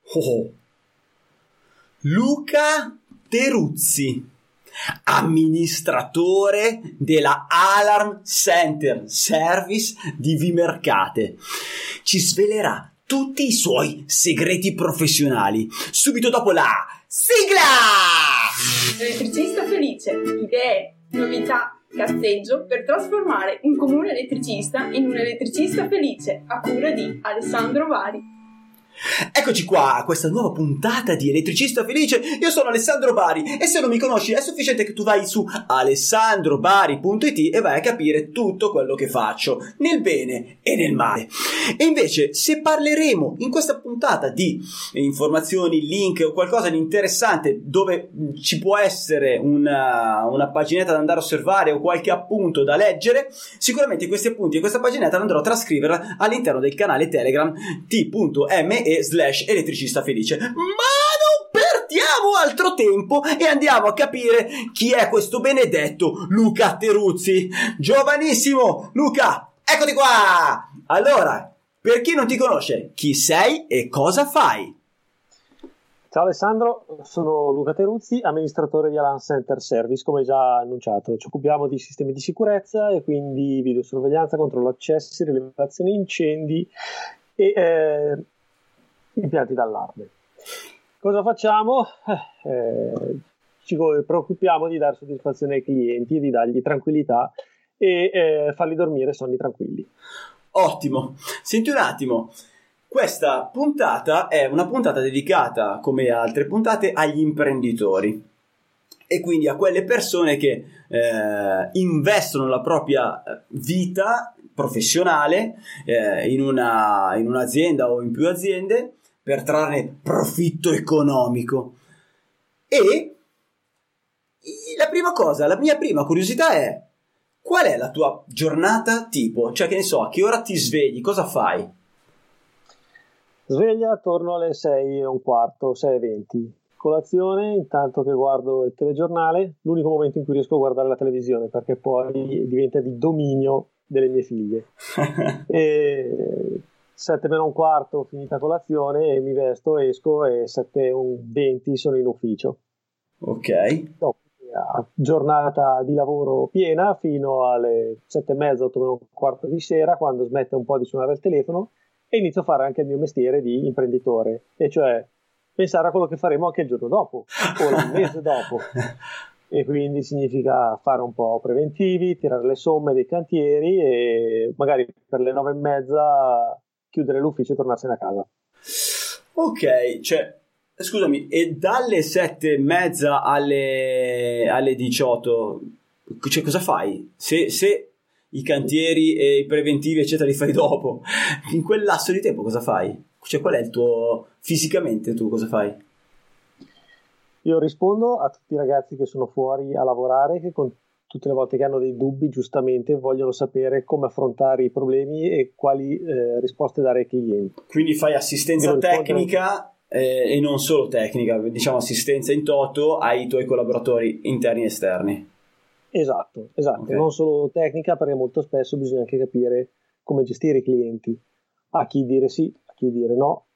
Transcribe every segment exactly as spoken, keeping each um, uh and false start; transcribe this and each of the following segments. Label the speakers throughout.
Speaker 1: Oh. Luca Teruzzi, amministratore della Alarm Center Service di Vimercate, ci svelerà tutti i suoi segreti professionali subito dopo la sigla.
Speaker 2: Elettricista felice, idee, novità, cazzeggio per trasformare un comune elettricista in un elettricista felice, a cura di Alessandro Vari.
Speaker 1: Eccoci qua, questa nuova puntata di Elettricista Felice. Io sono Alessandro Bari e se non mi conosci è sufficiente che tu vai su alessandrobari punto it e vai a capire tutto quello che faccio, nel bene e nel male. E invece, se parleremo in questa puntata di informazioni, link o qualcosa di interessante dove ci può essere una, una paginetta da andare a osservare o qualche appunto da leggere, sicuramente questi appunti e questa paginetta andrò a trascriverla all'interno del canale Telegram t.me e slash elettricista felice. Ma non perdiamo altro tempo e andiamo a capire chi è questo benedetto Luca Teruzzi. Giovanissimo Luca, eccoti qua. Allora, per chi non ti conosce, chi sei e cosa fai?
Speaker 3: Ciao Alessandro, sono Luca Teruzzi, amministratore di Alarm Center Service, come già annunciato. Ci occupiamo di sistemi di sicurezza e quindi videosorveglianza, controllo accessi, rilevazione incendi e eh, impianti d'allarme. Cosa facciamo? Eh, ci preoccupiamo di dare soddisfazione ai clienti, di dargli tranquillità e eh, farli dormire sonni tranquilli.
Speaker 1: Ottimo. Senti un attimo, questa puntata è una puntata dedicata, come altre puntate, agli imprenditori e quindi a quelle persone che eh, investono la propria vita professionale eh, in, una, in un'azienda o in più aziende per trarne profitto economico. E la prima cosa, la mia prima curiosità è: qual è la tua giornata tipo? Cioè, che ne so, a che ora ti svegli, cosa fai?
Speaker 3: Sveglia attorno alle sei e un quarto, sei e venti. Colazione, intanto che guardo il telegiornale, l'unico momento in cui riesco a guardare la televisione, perché poi diventa di dominio delle mie figlie. E sette meno un quarto, finita colazione, e mi vesto, esco e sette e venti sono in ufficio.
Speaker 1: Ok.
Speaker 3: Dopo, giornata di lavoro piena fino alle sette e mezza, otto meno un quarto di sera, quando smette un po' di suonare il telefono e inizio a fare anche il mio mestiere di imprenditore, e cioè pensare a quello che faremo anche il giorno dopo o il mese dopo. E quindi significa fare un po' preventivi, tirare le somme dei cantieri e magari per le nove e mezza chiudere l'ufficio e tornarsene a casa.
Speaker 1: Ok, cioè, scusami, e dalle sette e mezza alle, alle diciotto, cioè, cosa fai? Se, se i cantieri e i preventivi eccetera li fai dopo, in quel lasso di tempo cosa fai? Cioè, qual è il tuo, fisicamente tu cosa fai?
Speaker 3: Io rispondo a tutti i ragazzi che sono fuori a lavorare, che con tutte le volte che hanno dei dubbi giustamente vogliono sapere come affrontare i problemi e quali eh, risposte dare ai clienti.
Speaker 1: Quindi fai assistenza tecnica eh, e non solo tecnica, diciamo assistenza in toto ai tuoi collaboratori interni e esterni.
Speaker 3: Esatto, esatto,
Speaker 1: Okay.
Speaker 3: Non solo tecnica, perché molto spesso bisogna anche capire come gestire i clienti, a chi dire sì, a chi dire no,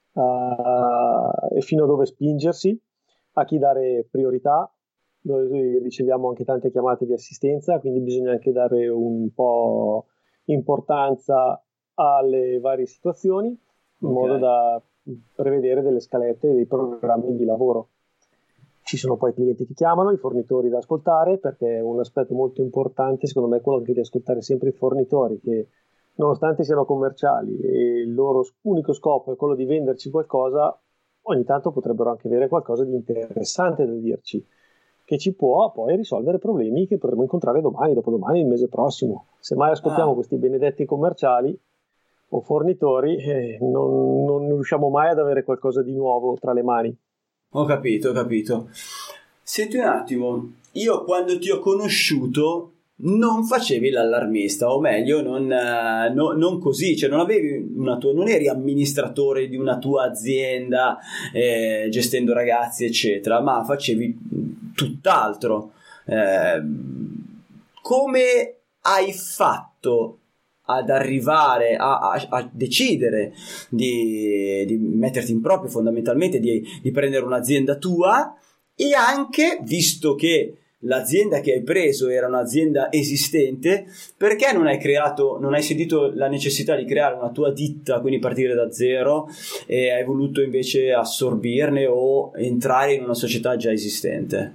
Speaker 3: uh, e fino a dove spingersi, a chi dare priorità. Noi riceviamo anche tante chiamate di assistenza, quindi bisogna anche dare un po' importanza alle varie situazioni, in
Speaker 1: Okay.
Speaker 3: modo da prevedere delle scalette e dei programmi di lavoro. Ci sono poi clienti che chiamano, i fornitori da ascoltare, perché un aspetto molto importante secondo me è quello anche di ascoltare sempre i fornitori, che nonostante siano commerciali e il loro unico scopo è quello di venderci qualcosa, ogni tanto potrebbero anche avere qualcosa di interessante da dirci, che ci può poi risolvere problemi che potremo incontrare domani, dopodomani, il mese prossimo. Se mai ascoltiamo
Speaker 1: Ah.
Speaker 3: questi benedetti commerciali o fornitori, eh, non, non riusciamo mai ad avere qualcosa di nuovo tra le mani.
Speaker 1: Ho capito, ho capito. Senti un attimo, io quando ti ho conosciuto non facevi l'allarmista, o meglio, non, eh, no, non così, cioè non avevi una tua, non eri amministratore di una tua azienda eh, gestendo ragazzi, eccetera, ma facevi tutt'altro. Eh, come hai fatto ad arrivare a, a, a decidere di, di metterti in proprio, fondamentalmente di, di prendere un'azienda tua, e anche, visto che l'azienda che hai preso era un'azienda esistente, perché non hai creato, non hai sentito la necessità di creare una tua ditta, quindi partire da zero, e hai voluto invece assorbirne o entrare in una società già esistente?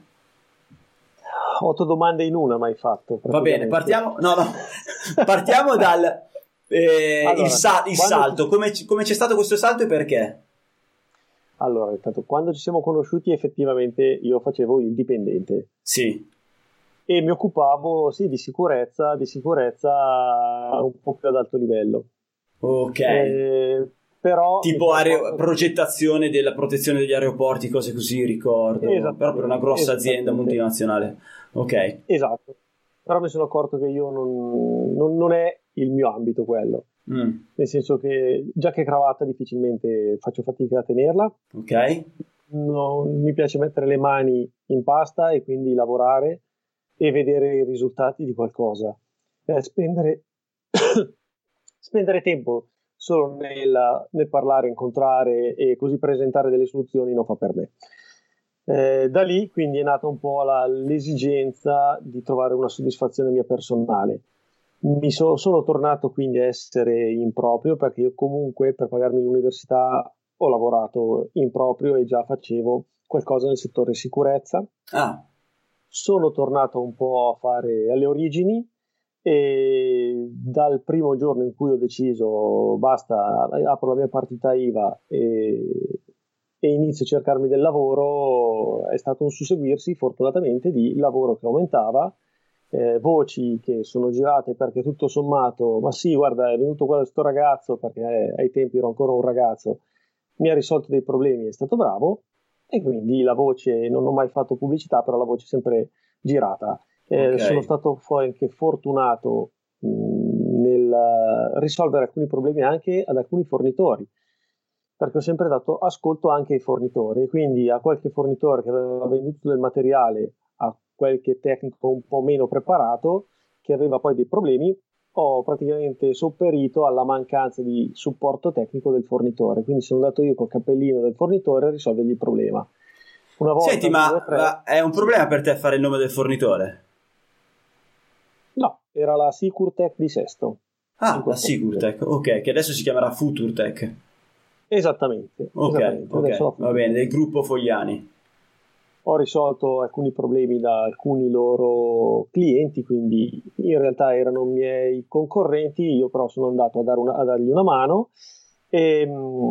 Speaker 3: Otto domande in una mi hai fatto.
Speaker 1: Va bene, partiamo, no, no, partiamo dal eh,
Speaker 3: allora,
Speaker 1: il, sa- il salto.
Speaker 3: Ti...
Speaker 1: Come, come c'è stato questo salto e perché?
Speaker 3: Allora, intanto, quando ci siamo conosciuti effettivamente io facevo il dipendente.
Speaker 1: Sì.
Speaker 3: E mi occupavo, sì, di sicurezza, di sicurezza un po' più ad alto livello.
Speaker 1: Ok.
Speaker 3: Eh, però
Speaker 1: tipo aereo-
Speaker 3: fatto...
Speaker 1: progettazione della protezione degli aeroporti, cose così, ricordo. Però per una grossa azienda multinazionale. Ok.
Speaker 3: Esatto. Però mi sono accorto che io non, non, non è il mio ambito quello. Mm. Nel senso che giacca e cravatta difficilmente faccio fatica a tenerla.
Speaker 1: Ok.
Speaker 3: Non mi piace mettere le mani in pasta e quindi lavorare e vedere i risultati di qualcosa. Eh, spendere, spendere tempo solo nel, nel parlare, incontrare e così presentare delle soluzioni non fa per me. Eh, da lì quindi è nata un po' la, l'esigenza di trovare una soddisfazione mia personale. Mi so, sono tornato quindi a essere in proprio, perché io comunque per pagarmi l'università ho lavorato in proprio e già facevo qualcosa nel settore sicurezza.
Speaker 1: Ah.
Speaker 3: Sono tornato un po' a fare alle origini e dal primo giorno in cui ho deciso basta, apro la mia partita I V A e, e inizio a cercarmi del lavoro, è stato un susseguirsi fortunatamente di lavoro che aumentava, eh, voci che sono girate perché tutto sommato, ma sì, guarda, è venuto questo ragazzo perché eh, ai tempi ero ancora un ragazzo, mi ha risolto dei problemi, è stato bravo, e quindi la voce, non ho mai fatto pubblicità, però la voce è sempre girata. Eh, okay. Sono stato anche fortunato mh, nel risolvere alcuni problemi anche ad alcuni fornitori, perché ho sempre dato ascolto anche ai fornitori, quindi a qualche fornitore che aveva venduto del materiale, a qualche tecnico un po' meno preparato che aveva poi dei problemi, ho praticamente sopperito alla mancanza di supporto tecnico del fornitore, quindi sono andato io col cappellino del fornitore a risolvergli il problema.
Speaker 1: Una volta, senti, ma, due, tre... ma è un problema per te fare il nome del fornitore?
Speaker 3: No, era la Sicurtech di Sesto.
Speaker 1: Ah, la Sicurtech, ok, che adesso si chiamerà Futurtech.
Speaker 3: Esattamente.
Speaker 1: Ok,
Speaker 3: esattamente.
Speaker 1: Okay. Va bene, del gruppo Fogliani.
Speaker 3: Ho risolto alcuni problemi da alcuni loro clienti, quindi in realtà erano miei concorrenti, io però sono andato a, dare una, a dargli una mano e,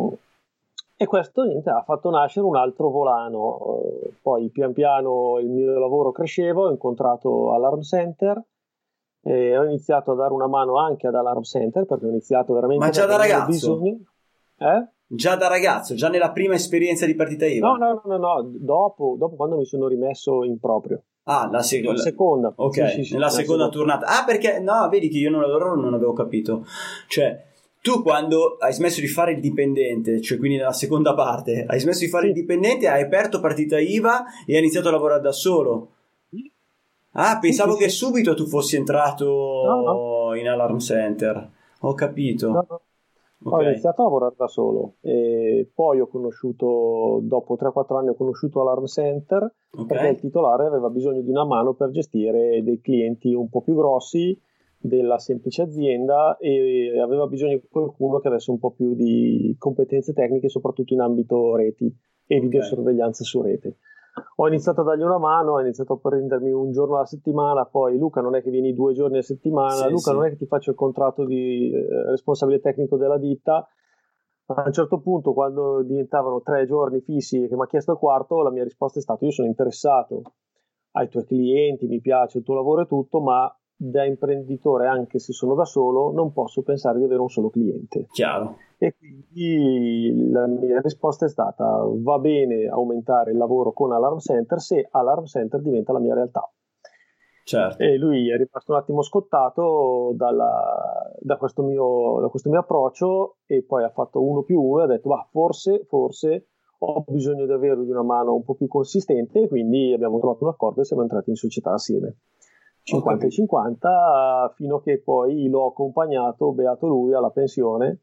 Speaker 3: e questo niente, ha fatto nascere un altro volano. Poi pian piano il mio lavoro cresceva, ho incontrato Alarm Center e ho iniziato a dare una mano anche ad Alarm Center perché ho iniziato veramente...
Speaker 1: Ma già da ragazzo?
Speaker 3: Bisogno. Eh?
Speaker 1: Già da ragazzo, già nella prima esperienza di partita I V A?
Speaker 3: No, no, no, no, dopo, dopo quando mi sono rimesso in proprio.
Speaker 1: Ah, la, sec-
Speaker 3: la seconda.
Speaker 1: Ok,
Speaker 3: sì, sì,
Speaker 1: nella
Speaker 3: sì,
Speaker 1: seconda tornata. Ah, perché, no, vedi che io non, non avevo capito. Cioè, tu quando hai smesso di fare il dipendente, cioè quindi nella seconda parte, hai smesso di fare sì. il dipendente, hai aperto partita I V A e hai iniziato a lavorare da solo. Ah, pensavo sì, sì, che sì. subito tu fossi entrato no, no. in Alarm Center. Ho capito.
Speaker 3: No, no. Okay. Ho iniziato a lavorare da solo e poi ho conosciuto, dopo tre quattro anni ho conosciuto Alarm Center okay. perché il titolare aveva bisogno di una mano per gestire dei clienti un po' più grossi della semplice azienda e aveva bisogno di qualcuno che avesse un po' più di competenze tecniche soprattutto in ambito reti e okay. videosorveglianza su rete. Ho iniziato a dargli una mano, ho iniziato a prendermi un giorno alla settimana, poi Luca non è che vieni due giorni a settimana, sì, Luca sì. non è che ti faccio il contratto di eh, responsabile tecnico della ditta. A un certo punto quando diventavano tre giorni fissi che mi ha chiesto il quarto, la mia risposta è stata io sono interessato ai tuoi clienti, mi piace il tuo lavoro e tutto, ma da imprenditore anche se sono da solo non posso pensare di avere un solo cliente.
Speaker 1: Chiaro.
Speaker 3: E quindi la mia risposta è stata va bene aumentare il lavoro con Alarm Center se Alarm Center diventa la mia realtà.
Speaker 1: Certo.
Speaker 3: E lui è rimasto un attimo scottato dalla, da, questo mio, da questo mio approccio e poi ha fatto uno più uno e ha detto va forse, forse ho bisogno di avere una mano un po' più consistente e quindi abbiamo trovato un accordo e siamo entrati in società assieme. cinquanta e cinquanta, fino a che poi l'ho accompagnato, beato lui, alla pensione.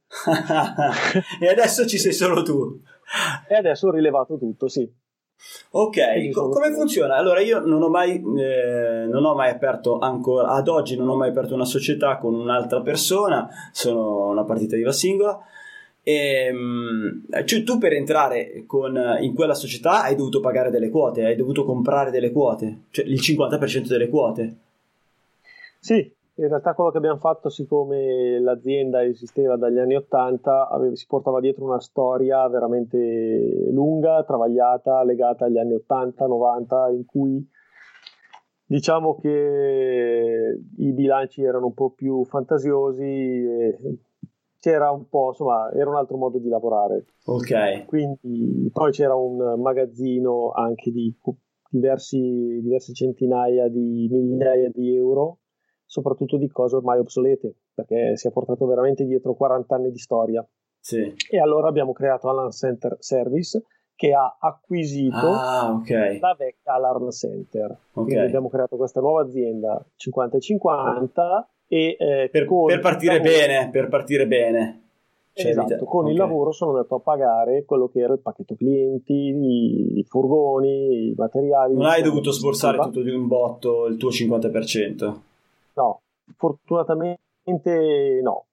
Speaker 1: E adesso ci sei solo tu.
Speaker 3: E adesso ho rilevato tutto, sì.
Speaker 1: Ok, Co- come funziona? Allora io non ho mai eh, non ho mai aperto ancora, ad oggi non ho mai aperto una società con un'altra persona, sono una partita IVA singola. E, cioè, tu per entrare con, in quella società hai dovuto pagare delle quote, hai dovuto comprare delle quote, cioè il cinquanta per cento delle quote.
Speaker 3: Sì, in realtà quello che abbiamo fatto, siccome l'azienda esisteva dagli anni ottanta, aveva, si portava dietro una storia veramente lunga, travagliata, legata agli anni ottanta novanta, in cui diciamo che i bilanci erano un po' più fantasiosi e c'era un po', insomma, era un altro modo di lavorare.
Speaker 1: Ok.
Speaker 3: Quindi poi c'era un magazzino anche di diversi, diverse centinaia di migliaia di euro, soprattutto di cose ormai obsolete, perché si è portato veramente dietro quaranta anni di storia.
Speaker 1: Sì.
Speaker 3: E allora abbiamo creato Alarm Center Service, che ha acquisito
Speaker 1: ah, okay.
Speaker 3: la vecchia Alarm Center.
Speaker 1: Okay.
Speaker 3: Quindi abbiamo creato questa nuova azienda cinquanta e cinquanta e eh,
Speaker 1: per, per partire lavoro, bene, per partire bene.
Speaker 3: Cioè, esatto, con okay. il lavoro sono andato a pagare quello che era il pacchetto clienti, i, i furgoni, i materiali.
Speaker 1: Non hai dovuto sborsare tutto di un botto il tuo cinquanta per cento?
Speaker 3: No, fortunatamente no,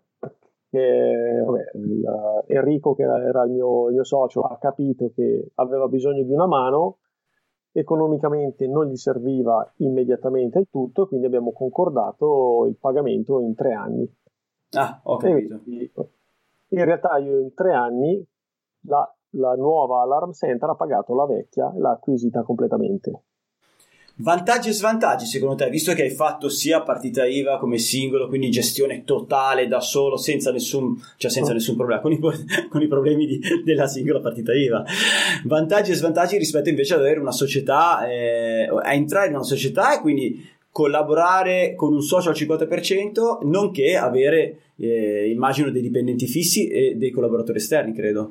Speaker 3: perché vabbè, il, Enrico, che era il mio, il mio socio, ha capito che aveva bisogno di una mano, economicamente non gli serviva immediatamente il tutto, quindi abbiamo concordato il pagamento in tre anni.
Speaker 1: Ah, ho capito.
Speaker 3: E in realtà io in tre anni la, la nuova Alarm Center ha pagato la vecchia e l'ha acquisita completamente.
Speaker 1: Vantaggi e svantaggi secondo te, visto che hai fatto sia partita IVA come singolo, quindi gestione totale da solo, senza nessun, cioè senza nessun problema, con i, con i problemi di, della singola partita IVA. Vantaggi e svantaggi rispetto invece ad avere una società, eh, a entrare in una società e quindi collaborare con un socio al cinquanta per cento, nonché avere, eh, immagino, dei dipendenti fissi e dei collaboratori esterni, credo.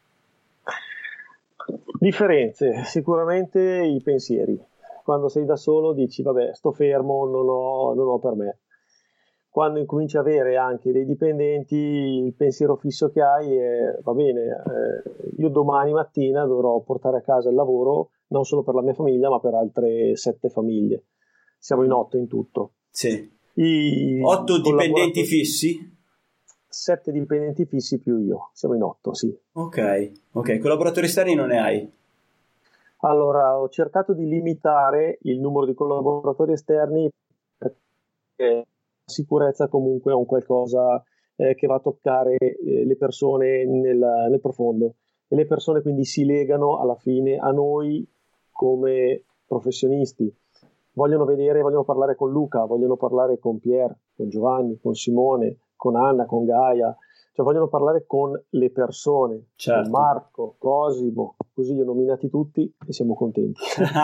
Speaker 3: Differenze, sicuramente i pensieri. Quando sei da solo dici vabbè, sto fermo, non ho, non ho per me. Quando incominci a avere anche dei dipendenti, il pensiero fisso che hai è va bene, eh, io domani mattina dovrò portare a casa il lavoro non solo per la mia famiglia ma per altre sette famiglie. Siamo in otto in tutto.
Speaker 1: Sì.
Speaker 3: I
Speaker 1: otto dipendenti fissi?
Speaker 3: Sette dipendenti fissi più io, siamo in otto, sì.
Speaker 1: Ok, ok, collaboratori esterni non ne hai?
Speaker 3: Allora, ho cercato di limitare il numero di collaboratori esterni perché la sicurezza comunque è un qualcosa eh, che va a toccare eh, le persone nel, nel profondo e le persone quindi si legano alla fine a noi come professionisti. Vogliono vedere, vogliono parlare con Luca, vogliono parlare con Pier, con Giovanni, con Simone, con Anna, con Gaia. Cioè vogliono parlare con le persone,
Speaker 1: certo.
Speaker 3: Con Marco, Cosimo, così li ho nominati tutti e siamo contenti.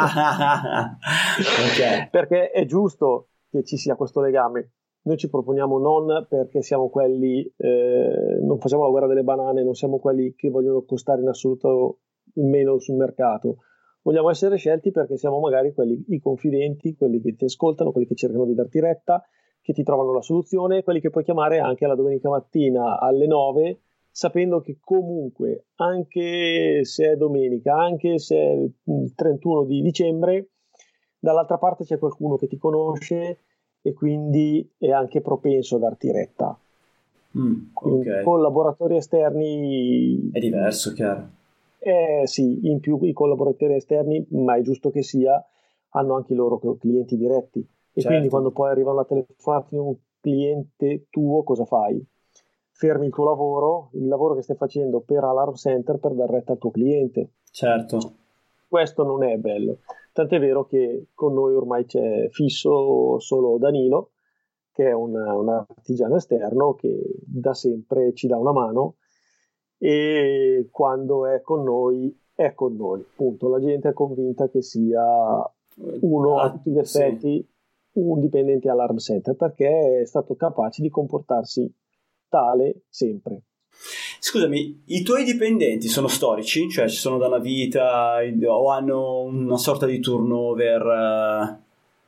Speaker 1: Okay.
Speaker 3: Perché è giusto che ci sia questo legame. Noi ci proponiamo non perché siamo quelli, eh, non facciamo la guerra delle banane, non siamo quelli che vogliono costare in assoluto in meno sul mercato. Vogliamo essere scelti perché siamo magari quelli, i confidenti, quelli che ti ascoltano, quelli che cercano di darti retta, che ti trovano la soluzione, quelli che puoi chiamare anche la domenica mattina alle nove, sapendo che comunque, anche se è domenica, anche se è il trentuno di dicembre, dall'altra parte c'è qualcuno che ti conosce e quindi è anche propenso a darti retta.
Speaker 1: Mm, okay.
Speaker 3: Collaboratori esterni...
Speaker 1: È diverso, chiaro.
Speaker 3: Eh sì, in più i collaboratori esterni, ma è giusto che sia, hanno anche i loro clienti diretti. E
Speaker 1: certo.
Speaker 3: Quindi quando poi arriva una telefonata di un cliente tuo, cosa fai? Fermi il tuo lavoro, il lavoro che stai facendo per Alarm Center per dar retta al tuo cliente.
Speaker 1: Certo.
Speaker 3: Questo non è bello. Tant'è vero che con noi ormai c'è fisso solo Danilo, che è un, un artigiano esterno che da sempre ci dà una mano e quando è con noi è con noi. Punto. La gente è convinta che sia uno a tutti gli effetti sì. un dipendente Alarm Center perché è stato capace di comportarsi tale sempre.
Speaker 1: Scusami, i tuoi dipendenti sono storici? Cioè ci sono da una vita o hanno una sorta di turnover?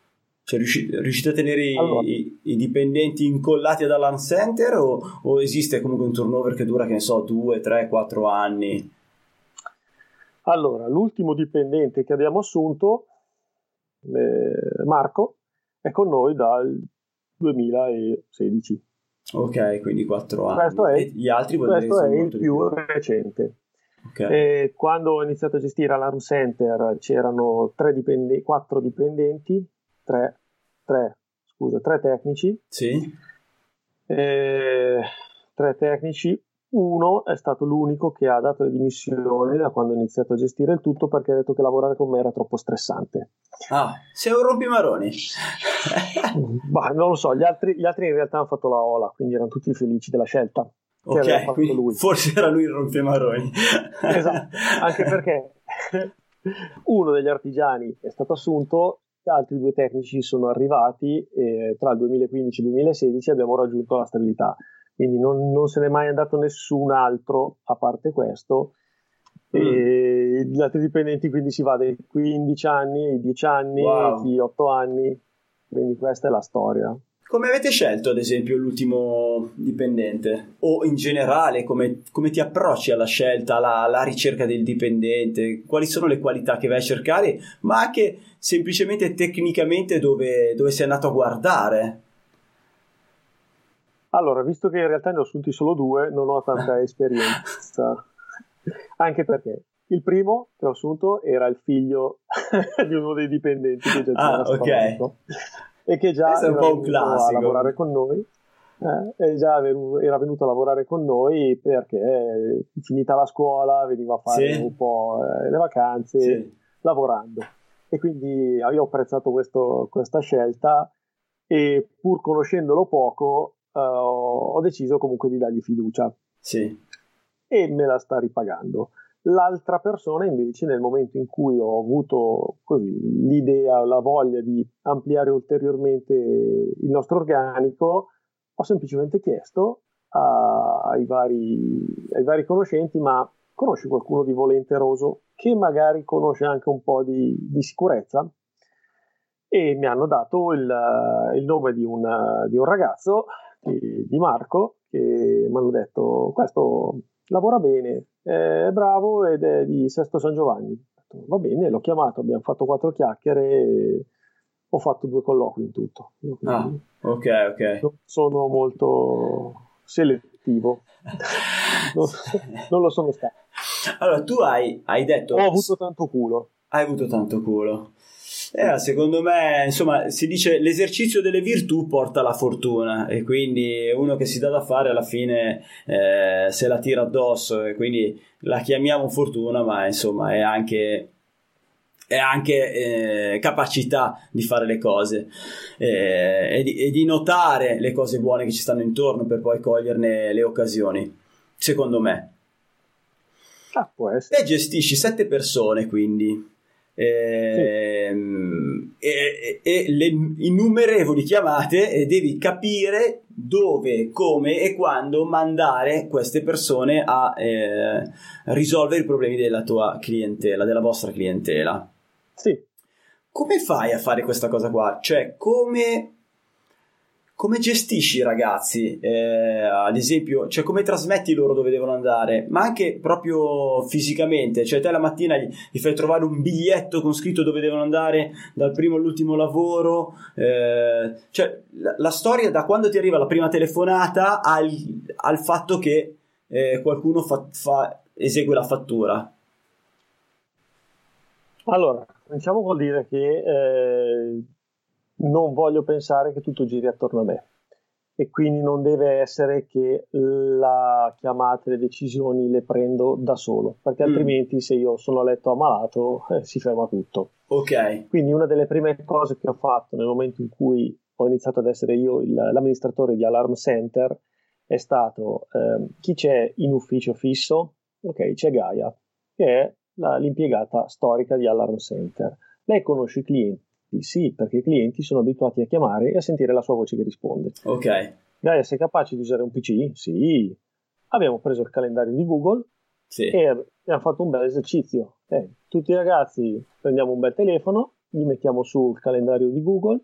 Speaker 1: Cioè riusci- riuscite a tenere i,
Speaker 3: Allora.
Speaker 1: i, i dipendenti incollati ad Alarm Center o, o esiste comunque un turnover che dura, che ne so, due, tre, quattro anni?
Speaker 3: Allora, l'ultimo dipendente che abbiamo assunto, eh, Marco, è con noi dal duemilasedici.
Speaker 1: Ok, quindi quattro anni.
Speaker 3: Questo è,
Speaker 1: E gli altri vuol dire che
Speaker 3: questo
Speaker 1: sono
Speaker 3: è il
Speaker 1: molto di
Speaker 3: più
Speaker 1: più.
Speaker 3: recente.
Speaker 1: Ok.
Speaker 3: E quando ho iniziato a gestire Alarm Center c'erano tre dipende- quattro dipendenti, tre, tre, scusa, tre tecnici,
Speaker 1: Sì?
Speaker 3: eh, tre tecnici. Uno è stato l'unico che ha dato le dimissioni da quando ho iniziato a gestire il tutto, perché ha detto che lavorare con me era troppo stressante.
Speaker 1: Ah, sei un rompimaroni.
Speaker 3: Bah, non lo so, gli altri, gli altri in realtà hanno fatto la ola, quindi erano tutti felici della scelta che aveva
Speaker 1: Ok,
Speaker 3: fatto
Speaker 1: quindi
Speaker 3: lui.
Speaker 1: forse era lui il rompimaroni.
Speaker 3: Esatto, anche perché uno degli artigiani è stato assunto, gli altri due tecnici sono arrivati e tra il duemilaquindici e il duemilasedici abbiamo raggiunto la stabilità, quindi non, non se n'è mai andato nessun altro a parte questo.
Speaker 1: Mm.
Speaker 3: E gli altri dipendenti quindi si va dai quindici anni ai dieci anni,
Speaker 1: Wow.
Speaker 3: chi otto anni, quindi questa è la storia.
Speaker 1: Come avete scelto, ad esempio, l'ultimo dipendente? O in generale, come, come ti approcci alla scelta, alla, alla ricerca del dipendente? Quali sono le qualità che vai a cercare, ma anche semplicemente tecnicamente dove, dove sei andato a guardare?
Speaker 3: Allora, visto che in realtà ne ho assunti solo due, non ho tanta esperienza, anche perché il primo che ho assunto era il figlio di uno dei dipendenti che già
Speaker 1: Ah,
Speaker 3: c'era
Speaker 1: ok.
Speaker 3: stato e che già
Speaker 1: Questo è un
Speaker 3: era
Speaker 1: po' un
Speaker 3: venuto a
Speaker 1: classico.
Speaker 3: lavorare con noi. Eh, e già avevo- era venuto a lavorare con noi perché eh, finita la scuola veniva a fare
Speaker 1: Sì?
Speaker 3: un po' eh, le vacanze
Speaker 1: Sì.
Speaker 3: lavorando, e quindi io ho apprezzato questo- questa scelta, e pur conoscendolo poco eh, ho deciso comunque di dargli fiducia
Speaker 1: Sì.
Speaker 3: e me la sta ripagando. L'altra persona invece, nel momento in cui ho avuto così l'idea, la voglia di ampliare ulteriormente il nostro organico, ho semplicemente chiesto a- ai vari, ai vari conoscenti: ma conosci qualcuno di volenteroso che magari conosce anche un po' di, di sicurezza? E mi hanno dato il, il nome di un, di un ragazzo, di, di Marco, che mi hanno detto: questo lavora bene, è bravo ed è di Sesto San Giovanni. Ho detto, va bene, l'ho chiamato, abbiamo fatto quattro chiacchiere e ho fatto due colloqui in tutto. Io
Speaker 1: Ah,
Speaker 3: quindi
Speaker 1: ok, ok.
Speaker 3: non sono molto selettivo, non, non lo sono stato.
Speaker 1: Allora, tu hai, hai detto...
Speaker 3: Ho avuto tanto culo.
Speaker 1: Hai avuto tanto culo. Eh, secondo me, insomma, si dice l'esercizio delle virtù porta alla fortuna, e quindi uno che si dà da fare alla fine eh, se la tira addosso, e quindi la chiamiamo fortuna, ma insomma è anche, è anche eh, capacità di fare le cose eh, e, di, e di notare le cose buone che ci stanno intorno per poi coglierne le occasioni, secondo me.
Speaker 3: Ah, può essere.
Speaker 1: Te gestisci sette persone, quindi ehm, e, e, e le innumerevoli chiamate, e devi capire dove, come e quando mandare queste persone a eh, risolvere i problemi della tua clientela, della vostra clientela.
Speaker 3: Sì.
Speaker 1: Come fai a fare questa cosa qua? Cioè, come... come gestisci i ragazzi, eh, ad esempio, cioè come trasmetti loro dove devono andare, ma anche proprio fisicamente, cioè te la mattina gli, gli fai trovare un biglietto con scritto dove devono andare dal primo all'ultimo lavoro, eh, cioè la, la storia da quando ti arriva la prima telefonata al, al fatto che eh, qualcuno fa, fa, esegue la fattura.
Speaker 3: Allora, cominciamo col dire che eh, non voglio pensare che tutto giri attorno a me, e quindi non deve essere che la chiamata e le decisioni le prendo da solo, perché
Speaker 1: Mm.
Speaker 3: altrimenti se io sono a letto ammalato eh, si ferma tutto.
Speaker 1: Ok,
Speaker 3: Quindi una delle prime cose che ho fatto nel momento in cui ho iniziato ad essere io il- l'amministratore di Alarm Center è stato ehm, chi c'è in ufficio fisso? Ok, c'è Gaia, che è la- l'impiegata storica di Alarm Center. Lei conosce i clienti? Sì, perché i clienti sono abituati a chiamare e a sentire la sua voce che risponde.
Speaker 1: ok,
Speaker 3: Gaia, sei capace di usare un P C? Sì. Abbiamo preso il calendario di Google
Speaker 1: sì,
Speaker 3: e abbiamo fatto un bel esercizio. Eh, tutti i ragazzi prendiamo un bel telefono, gli mettiamo sul calendario di Google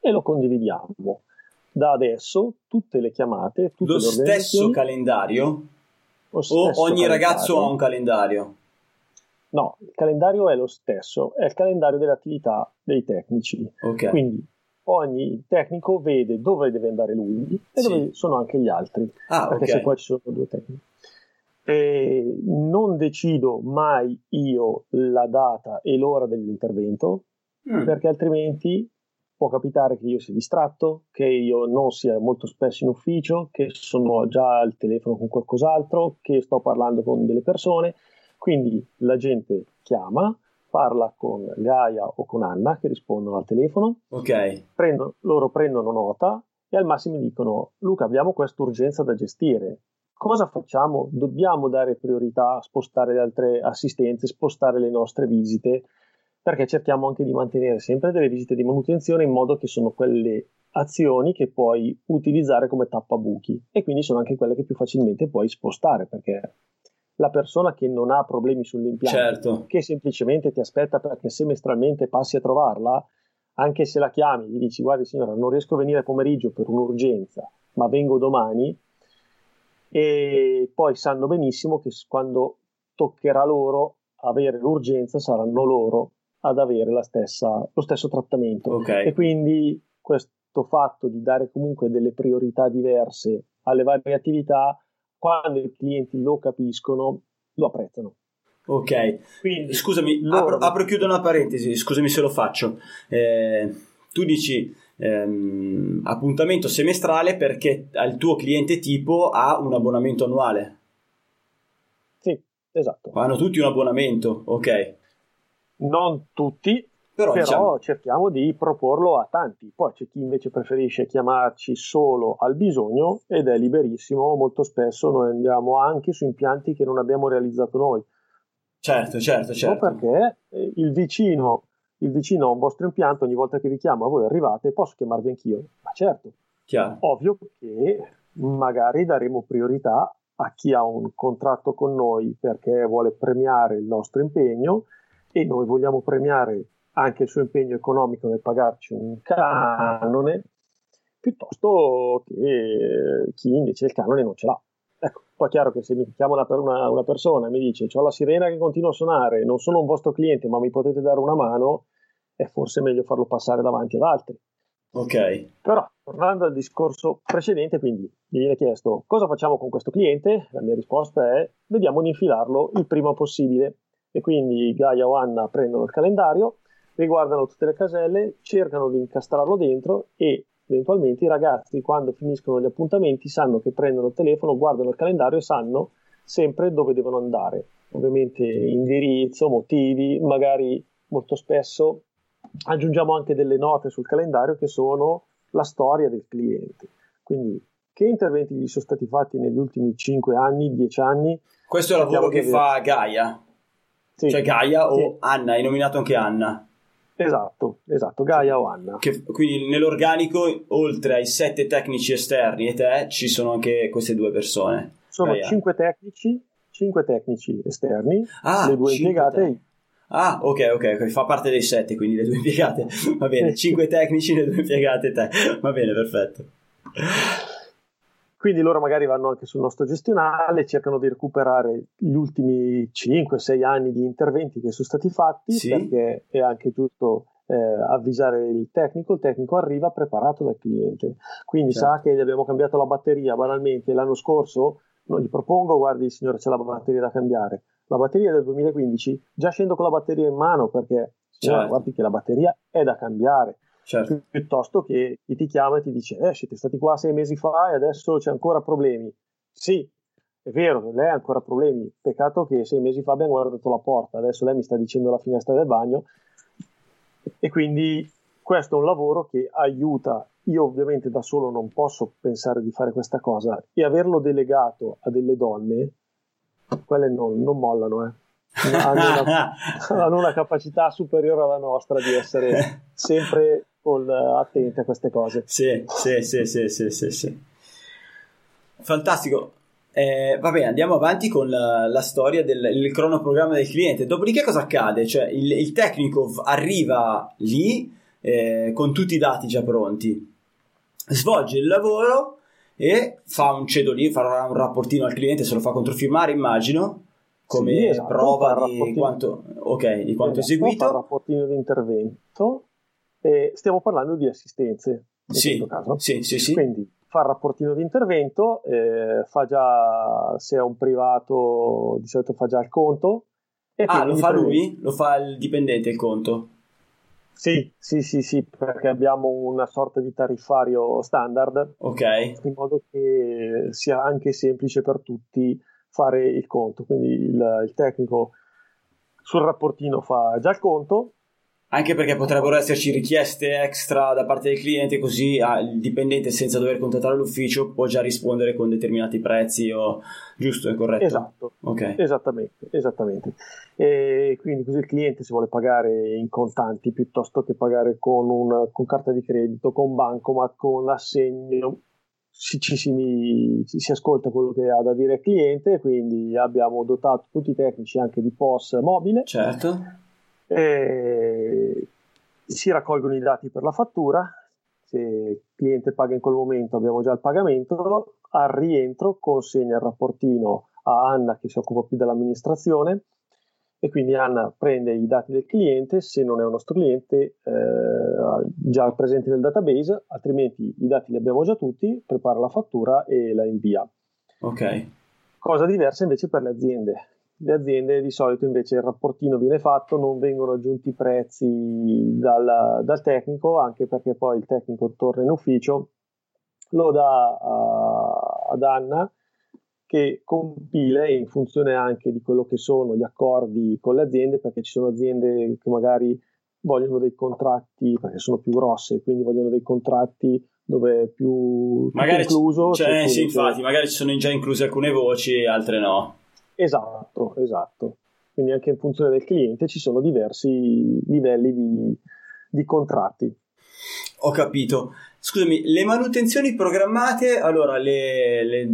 Speaker 3: e lo condividiamo. Da adesso tutte le chiamate, tutte
Speaker 1: lo
Speaker 3: le
Speaker 1: stesso calendario?
Speaker 3: Lo stesso
Speaker 1: o ogni
Speaker 3: calendario.
Speaker 1: ragazzo ha un calendario?
Speaker 3: No, il calendario è lo stesso, è il calendario delle attività dei tecnici.
Speaker 1: Okay.
Speaker 3: Quindi ogni tecnico vede dove deve andare lui e
Speaker 1: sì.
Speaker 3: dove sono anche gli altri.
Speaker 1: Ah,
Speaker 3: perché
Speaker 1: okay.
Speaker 3: se poi ci sono due tecnici. E non decido mai io la data e l'ora dell'intervento, mm. perché altrimenti può capitare che io sia distratto, che io non sia molto spesso in ufficio, che sono già al telefono con qualcos'altro, che sto parlando con delle persone. Quindi la gente chiama, parla con Gaia o con Anna che rispondono al telefono,
Speaker 1: okay.
Speaker 3: prendono, loro prendono nota e al massimo dicono: Luca, abbiamo questa urgenza da gestire, cosa facciamo? Dobbiamo dare priorità, spostare le altre assistenze, spostare le nostre visite, perché cerchiamo anche di mantenere sempre delle visite di manutenzione in modo che sono quelle azioni che puoi utilizzare come tappabuchi e quindi sono anche quelle che più facilmente puoi spostare, perché la persona che non ha problemi sull'impianto,
Speaker 1: certo.
Speaker 3: che semplicemente ti aspetta perché semestralmente passi a trovarla, anche se la chiami e gli dici: guardi signora, non riesco a venire pomeriggio per un'urgenza, ma vengo domani, e poi sanno benissimo che quando toccherà loro avere l'urgenza saranno loro ad avere la stessa, lo stesso trattamento.
Speaker 1: Okay.
Speaker 3: E quindi questo fatto di dare comunque delle priorità diverse alle varie attività, quando i clienti lo capiscono, lo apprezzano.
Speaker 1: Ok,
Speaker 3: quindi
Speaker 1: scusami,
Speaker 3: loro...
Speaker 1: apro, apro e chiudo una parentesi, scusami se lo faccio. Eh, tu dici ehm, appuntamento semestrale perché il tuo cliente tipo ha un abbonamento annuale.
Speaker 3: Sì, esatto.
Speaker 1: Hanno tutti un abbonamento, ok.
Speaker 3: Non tutti,
Speaker 1: però,
Speaker 3: però
Speaker 1: diciamo...
Speaker 3: cerchiamo di proporlo a tanti. Poi c'è chi invece preferisce chiamarci solo al bisogno ed è liberissimo. Molto spesso noi andiamo anche su impianti che non abbiamo realizzato noi.
Speaker 1: Certo, certo, certo.
Speaker 3: Perché il vicino, il vicino ha un vostro impianto, ogni volta che vi chiama voi arrivate, posso chiamarvi anch'io? Ma certo.
Speaker 1: Chiaro.
Speaker 3: Ovvio che magari daremo priorità a chi ha un contratto con noi perché vuole premiare il nostro impegno e noi vogliamo premiare anche il suo impegno economico nel pagarci un canone, piuttosto che chi invece il canone non ce l'ha. Ecco, poi è chiaro che se mi chiama una, una, una persona e mi dice c'ho la sirena che continua a suonare, non sono un vostro cliente ma mi potete dare una mano, è forse meglio farlo passare davanti ad altri.
Speaker 1: Ok.
Speaker 3: Però, tornando al discorso precedente, quindi mi viene chiesto cosa facciamo con questo cliente? La mia risposta è vediamo di infilarlo il prima possibile. E quindi Gaia o Anna prendono il calendario, riguardano tutte le caselle, cercano di incastrarlo dentro e eventualmente i ragazzi quando finiscono gli appuntamenti sanno che prendono il telefono, guardano il calendario e sanno sempre dove devono andare. Ovviamente indirizzo, motivi, magari molto spesso aggiungiamo anche delle note sul calendario che sono la storia del cliente. Quindi che interventi gli sono stati fatti negli ultimi cinque anni, dieci anni?
Speaker 1: Questo è il lavoro che fa Gaia?
Speaker 3: Sì.
Speaker 1: Cioè Gaia o
Speaker 3: sì.
Speaker 1: Anna, hai nominato anche Anna.
Speaker 3: Esatto, esatto, Gaia o Anna.
Speaker 1: Che, quindi nell'organico, oltre ai sette tecnici esterni e te, ci sono anche queste due persone.
Speaker 3: Sono
Speaker 1: Gaia.
Speaker 3: cinque tecnici, cinque tecnici esterni,
Speaker 1: ah,
Speaker 3: le due impiegate.
Speaker 1: Te- ah, ok, ok, ok, fa parte dei sette, quindi le due impiegate. Va bene, cinque tecnici, le due impiegate te. Va bene, perfetto.
Speaker 3: Quindi loro magari vanno anche sul nostro gestionale, cercano di recuperare gli ultimi cinque sei anni di interventi che sono stati fatti,
Speaker 1: sì.
Speaker 3: Perché è anche giusto eh, avvisare il tecnico, il tecnico arriva preparato dal cliente, quindi certo. Sa che gli abbiamo cambiato la batteria banalmente l'anno scorso, non gli propongo guardi signore c'è la batteria da cambiare, la batteria del duemilaquindici, già scendo con la batteria in mano perché signora, certo. Guardi che la batteria è da cambiare.
Speaker 1: Certo.
Speaker 3: Piuttosto che chi ti chiama e ti dice eh, siete stati qua sei mesi fa e adesso c'è ancora problemi. Sì, è vero, lei ha ancora problemi, peccato che sei mesi fa abbiamo guardato la porta, adesso lei mi sta dicendo la finestra del bagno, e quindi questo è un lavoro che aiuta. Io ovviamente da solo non posso pensare di fare questa cosa e averlo delegato a delle donne, quelle non, non mollano, eh. hanno, una, hanno una capacità superiore alla nostra di essere sempre con, attenti a queste cose.
Speaker 1: Sì, sì, sì, sì, sì, sì, sì. Fantastico. Eh, va bene, andiamo avanti con la, la storia del il cronoprogramma del cliente. Dopodiché cosa accade? Cioè il, il tecnico arriva lì, eh, con tutti i dati già pronti. Svolge il lavoro e fa un cedolino, farà un rapportino al cliente, se lo fa controfirmare, immagino, come
Speaker 3: sì, esatto,
Speaker 1: prova di quanto, okay, di quanto
Speaker 3: esatto,
Speaker 1: eseguito.
Speaker 3: Fa un rapportino di intervento e stiamo parlando di assistenze in
Speaker 1: sì,
Speaker 3: questo caso.
Speaker 1: Sì, sì, sì.
Speaker 3: Quindi fa il rapportino di intervento, eh, fa già, se è un privato di solito fa già il conto. E
Speaker 1: ah, lo fa
Speaker 3: prende...
Speaker 1: lui? Lo fa il dipendente il conto?
Speaker 3: Sì, sì, sì, sì, perché abbiamo una sorta di tariffario standard,
Speaker 1: ok,
Speaker 3: in modo che sia anche semplice per tutti fare il conto. Quindi il, il tecnico sul rapportino fa già il conto.
Speaker 1: Anche perché potrebbero esserci richieste extra da parte del cliente, così ah, il dipendente, senza dover contattare l'ufficio, può già rispondere con determinati prezzi. O... giusto, è corretto?
Speaker 3: Esatto,
Speaker 1: okay.
Speaker 3: esattamente, esattamente. E quindi così il cliente, si vuole pagare in contanti piuttosto che pagare con, una, con carta di credito, con bancomat, con assegno, si, ci, si, si ascolta quello che ha da dire il cliente. Quindi abbiamo dotato tutti i tecnici anche di P O S mobile.
Speaker 1: Certo.
Speaker 3: E si raccolgono i dati per la fattura. Se il cliente paga in quel momento, abbiamo già il pagamento. Al rientro consegna il rapportino a Anna, che si occupa più dell'amministrazione, e quindi Anna prende i dati del cliente. Se non è un nostro cliente, eh, già presenti nel database, altrimenti i dati li abbiamo già tutti, prepara la fattura e la invia.
Speaker 1: Ok.
Speaker 3: Cosa diversa invece per le aziende. Le aziende di solito invece il rapportino viene fatto, non vengono aggiunti prezzi dal, dal tecnico, anche perché poi il tecnico torna in ufficio, lo dà a, ad Anna, che compila in funzione anche di quello che sono gli accordi con le aziende, perché ci sono aziende che magari vogliono dei contratti, perché sono più grosse, quindi vogliono dei contratti dove è più
Speaker 1: magari
Speaker 3: incluso.
Speaker 1: Cioè, sì, infatti,
Speaker 3: che...
Speaker 1: magari ci sono già incluse alcune voci, altre no.
Speaker 3: Esatto, esatto. Quindi anche in funzione del cliente ci sono diversi livelli di, di contratti.
Speaker 1: Ho capito. Scusami, le manutenzioni programmate, allora le, le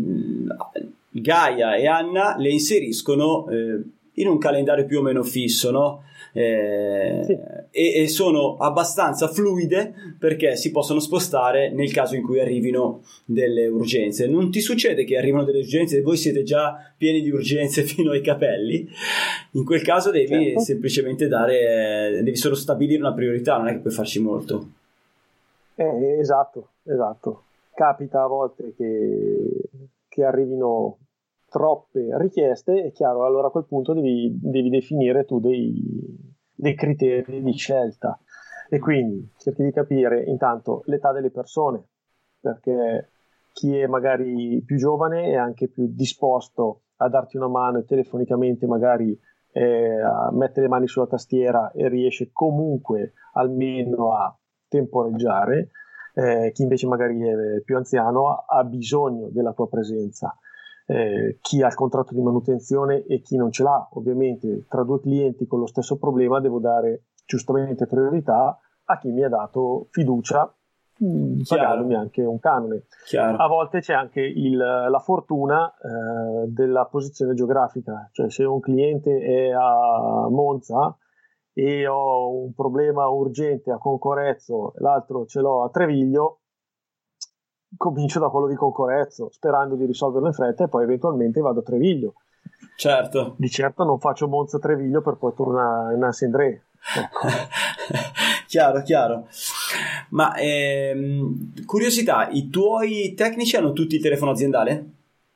Speaker 1: Gaia e Anna le inseriscono eh, in un calendario più o meno fisso, no? Eh, sì. e, e sono abbastanza fluide, perché si possono spostare nel caso in cui arrivino delle urgenze. Non ti succede che arrivano delle urgenze e voi siete già pieni di urgenze fino ai capelli? In quel caso devi certo. semplicemente dare, devi solo stabilire una priorità, non è che puoi farci molto.
Speaker 3: Eh, esatto, esatto. Capita a volte che, che arrivino troppe richieste, è chiaro, allora a quel punto devi, devi definire tu dei, dei criteri di scelta, e quindi cerchi di capire intanto l'età delle persone, perché chi è magari più giovane è anche più disposto a darti una mano e telefonicamente magari eh, a mettere le mani sulla tastiera, e riesce comunque almeno a temporeggiare. Eh, chi invece magari è più anziano ha bisogno della tua presenza. Eh, chi ha il contratto di manutenzione e chi non ce l'ha, ovviamente tra due clienti con lo stesso problema devo dare giustamente priorità a chi mi ha dato fiducia, mh, pagandomi anche un canone.
Speaker 1: Chiaro.
Speaker 3: A volte c'è anche il, la fortuna eh, della posizione geografica, cioè se un cliente è a Monza e ho un problema urgente a Concorezzo, l'altro ce l'ho a Treviglio, comincio da quello di Concorezzo sperando di risolverlo in fretta, e poi eventualmente vado a Treviglio.
Speaker 1: Certo.
Speaker 3: Di certo non faccio Monza-Treviglio per poi tornare in Saint-André. Ecco.
Speaker 1: Chiaro, chiaro. Ma ehm, curiosità, i tuoi tecnici hanno tutti il telefono aziendale?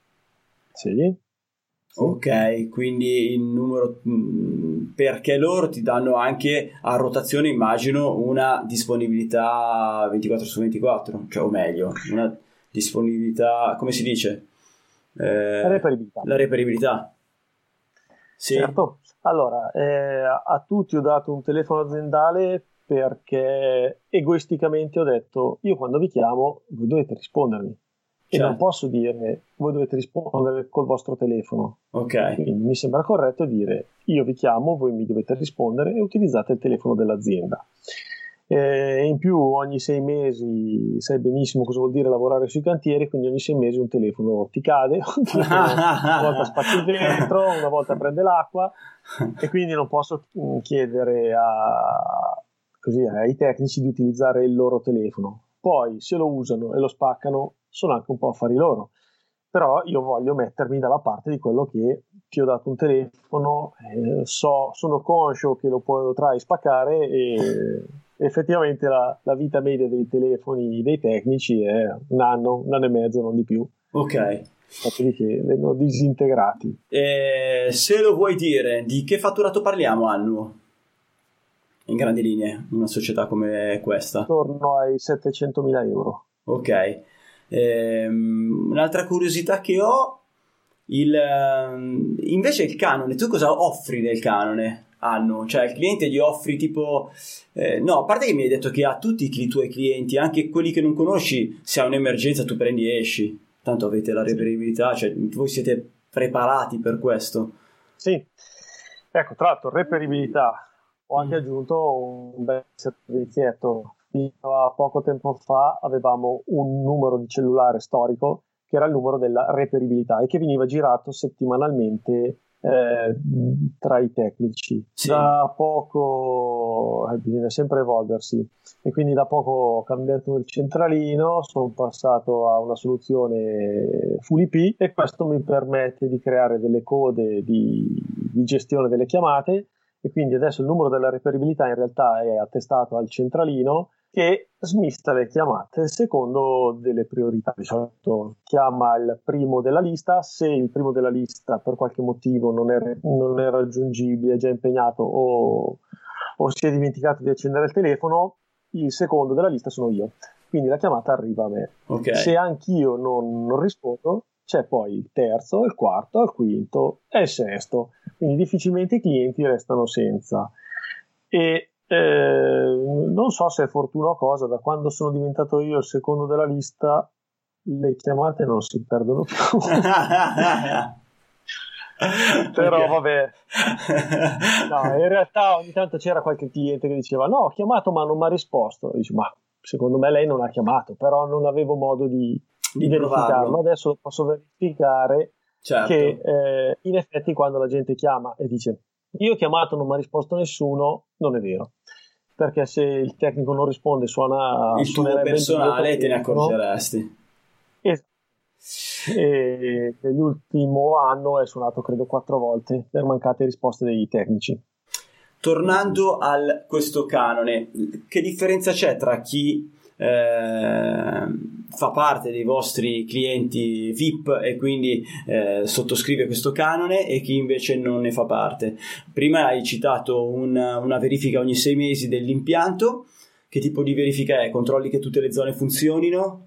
Speaker 3: Sì.
Speaker 1: Ok, quindi il numero, perché loro ti danno anche a rotazione, immagino, una disponibilità ventiquattro su ventiquattro, cioè, o meglio, una disponibilità, come si dice? Eh,
Speaker 3: la reperibilità.
Speaker 1: La reperibilità. Sì.
Speaker 3: Certo. Allora, eh, a tutti ho dato un telefono aziendale perché egoisticamente ho detto: io quando vi chiamo voi dovete rispondermi. E certo. non posso dire voi dovete rispondere col vostro telefono.
Speaker 1: Ok.
Speaker 3: Quindi mi sembra corretto dire: io vi chiamo, voi mi dovete rispondere e utilizzate il telefono dell'azienda. E in più ogni sei mesi sai benissimo cosa vuol dire lavorare sui cantieri, quindi ogni sei mesi un telefono ti cade, un telefono, una volta spacchi il vetro, una volta prende l'acqua, e quindi non posso chiedere a, così ai tecnici di utilizzare il loro telefono. Poi se lo usano e lo spaccano sono anche un po' affari loro, però io voglio mettermi dalla parte di quello che ti ho dato un telefono, eh, so, sono conscio che lo potrai spaccare e effettivamente la, la vita media dei telefoni dei tecnici è un anno, un anno e mezzo, non di più.
Speaker 1: Ok.
Speaker 3: Che vengono disintegrati.
Speaker 1: E se lo vuoi dire, di che fatturato parliamo annuo? In grandi linee, una società come questa?
Speaker 3: Attorno ai settecentomila euro.
Speaker 1: Ok. Ehm, un'altra curiosità che ho, il, invece il canone, tu cosa offri nel canone annuo? Cioè il cliente gli offri tipo... Eh, no, a parte che mi hai detto che a tutti i tuoi clienti, anche quelli che non conosci, se ha un'emergenza tu prendi e esci. Tanto avete la reperibilità, cioè voi siete preparati per questo.
Speaker 3: Sì, ecco, tra l'altro reperibilità, ho anche mm. aggiunto un bel servizietto. Fino a poco tempo fa avevamo un numero di cellulare storico che era il numero della reperibilità e che veniva girato settimanalmente eh, tra i tecnici. Sì. Da poco eh, bisogna sempre evolversi e quindi da poco ho cambiato il centralino, sono passato a una soluzione Full I P e questo mi permette di creare delle code di, di gestione delle chiamate e quindi adesso il numero della reperibilità in realtà è attestato al centralino che smista le chiamate secondo delle priorità. Di solito chiama il primo della lista, se il primo della lista per qualche motivo non è, non è raggiungibile, è già impegnato o, o si è dimenticato di accendere il telefono, il secondo della lista sono io, quindi la chiamata arriva a me.
Speaker 1: Okay.
Speaker 3: Se anch'io non, non rispondo, c'è poi il terzo, il quarto, il quinto e il sesto, quindi difficilmente i clienti restano senza. E Eh, non so se è fortuna o cosa, da quando sono diventato io il secondo della lista le chiamate non si perdono più. Però okay. Vabbè, no, in realtà ogni tanto c'era qualche cliente che diceva no, ho chiamato ma non mi ha risposto. Dice, ma secondo me lei non ha chiamato, però non avevo modo di, di, di verificarlo. Adesso lo posso verificare. Certo. Che eh, in effetti quando la gente chiama e dice io ho chiamato, non mi ha risposto nessuno, non è vero, perché se il tecnico non risponde suona
Speaker 1: il tuo personale te ne accorgeresti.
Speaker 3: No? Esatto. E nell'ultimo anno è suonato credo quattro volte per mancate risposte dei tecnici.
Speaker 1: Tornando a questo canone, che differenza c'è tra chi eh, fa parte dei vostri clienti V I P e quindi eh, sottoscrive questo canone e chi invece non ne fa parte? Prima hai citato un, una verifica ogni sei mesi dell'impianto. Che tipo di verifica è? Controlli che tutte le zone funzionino?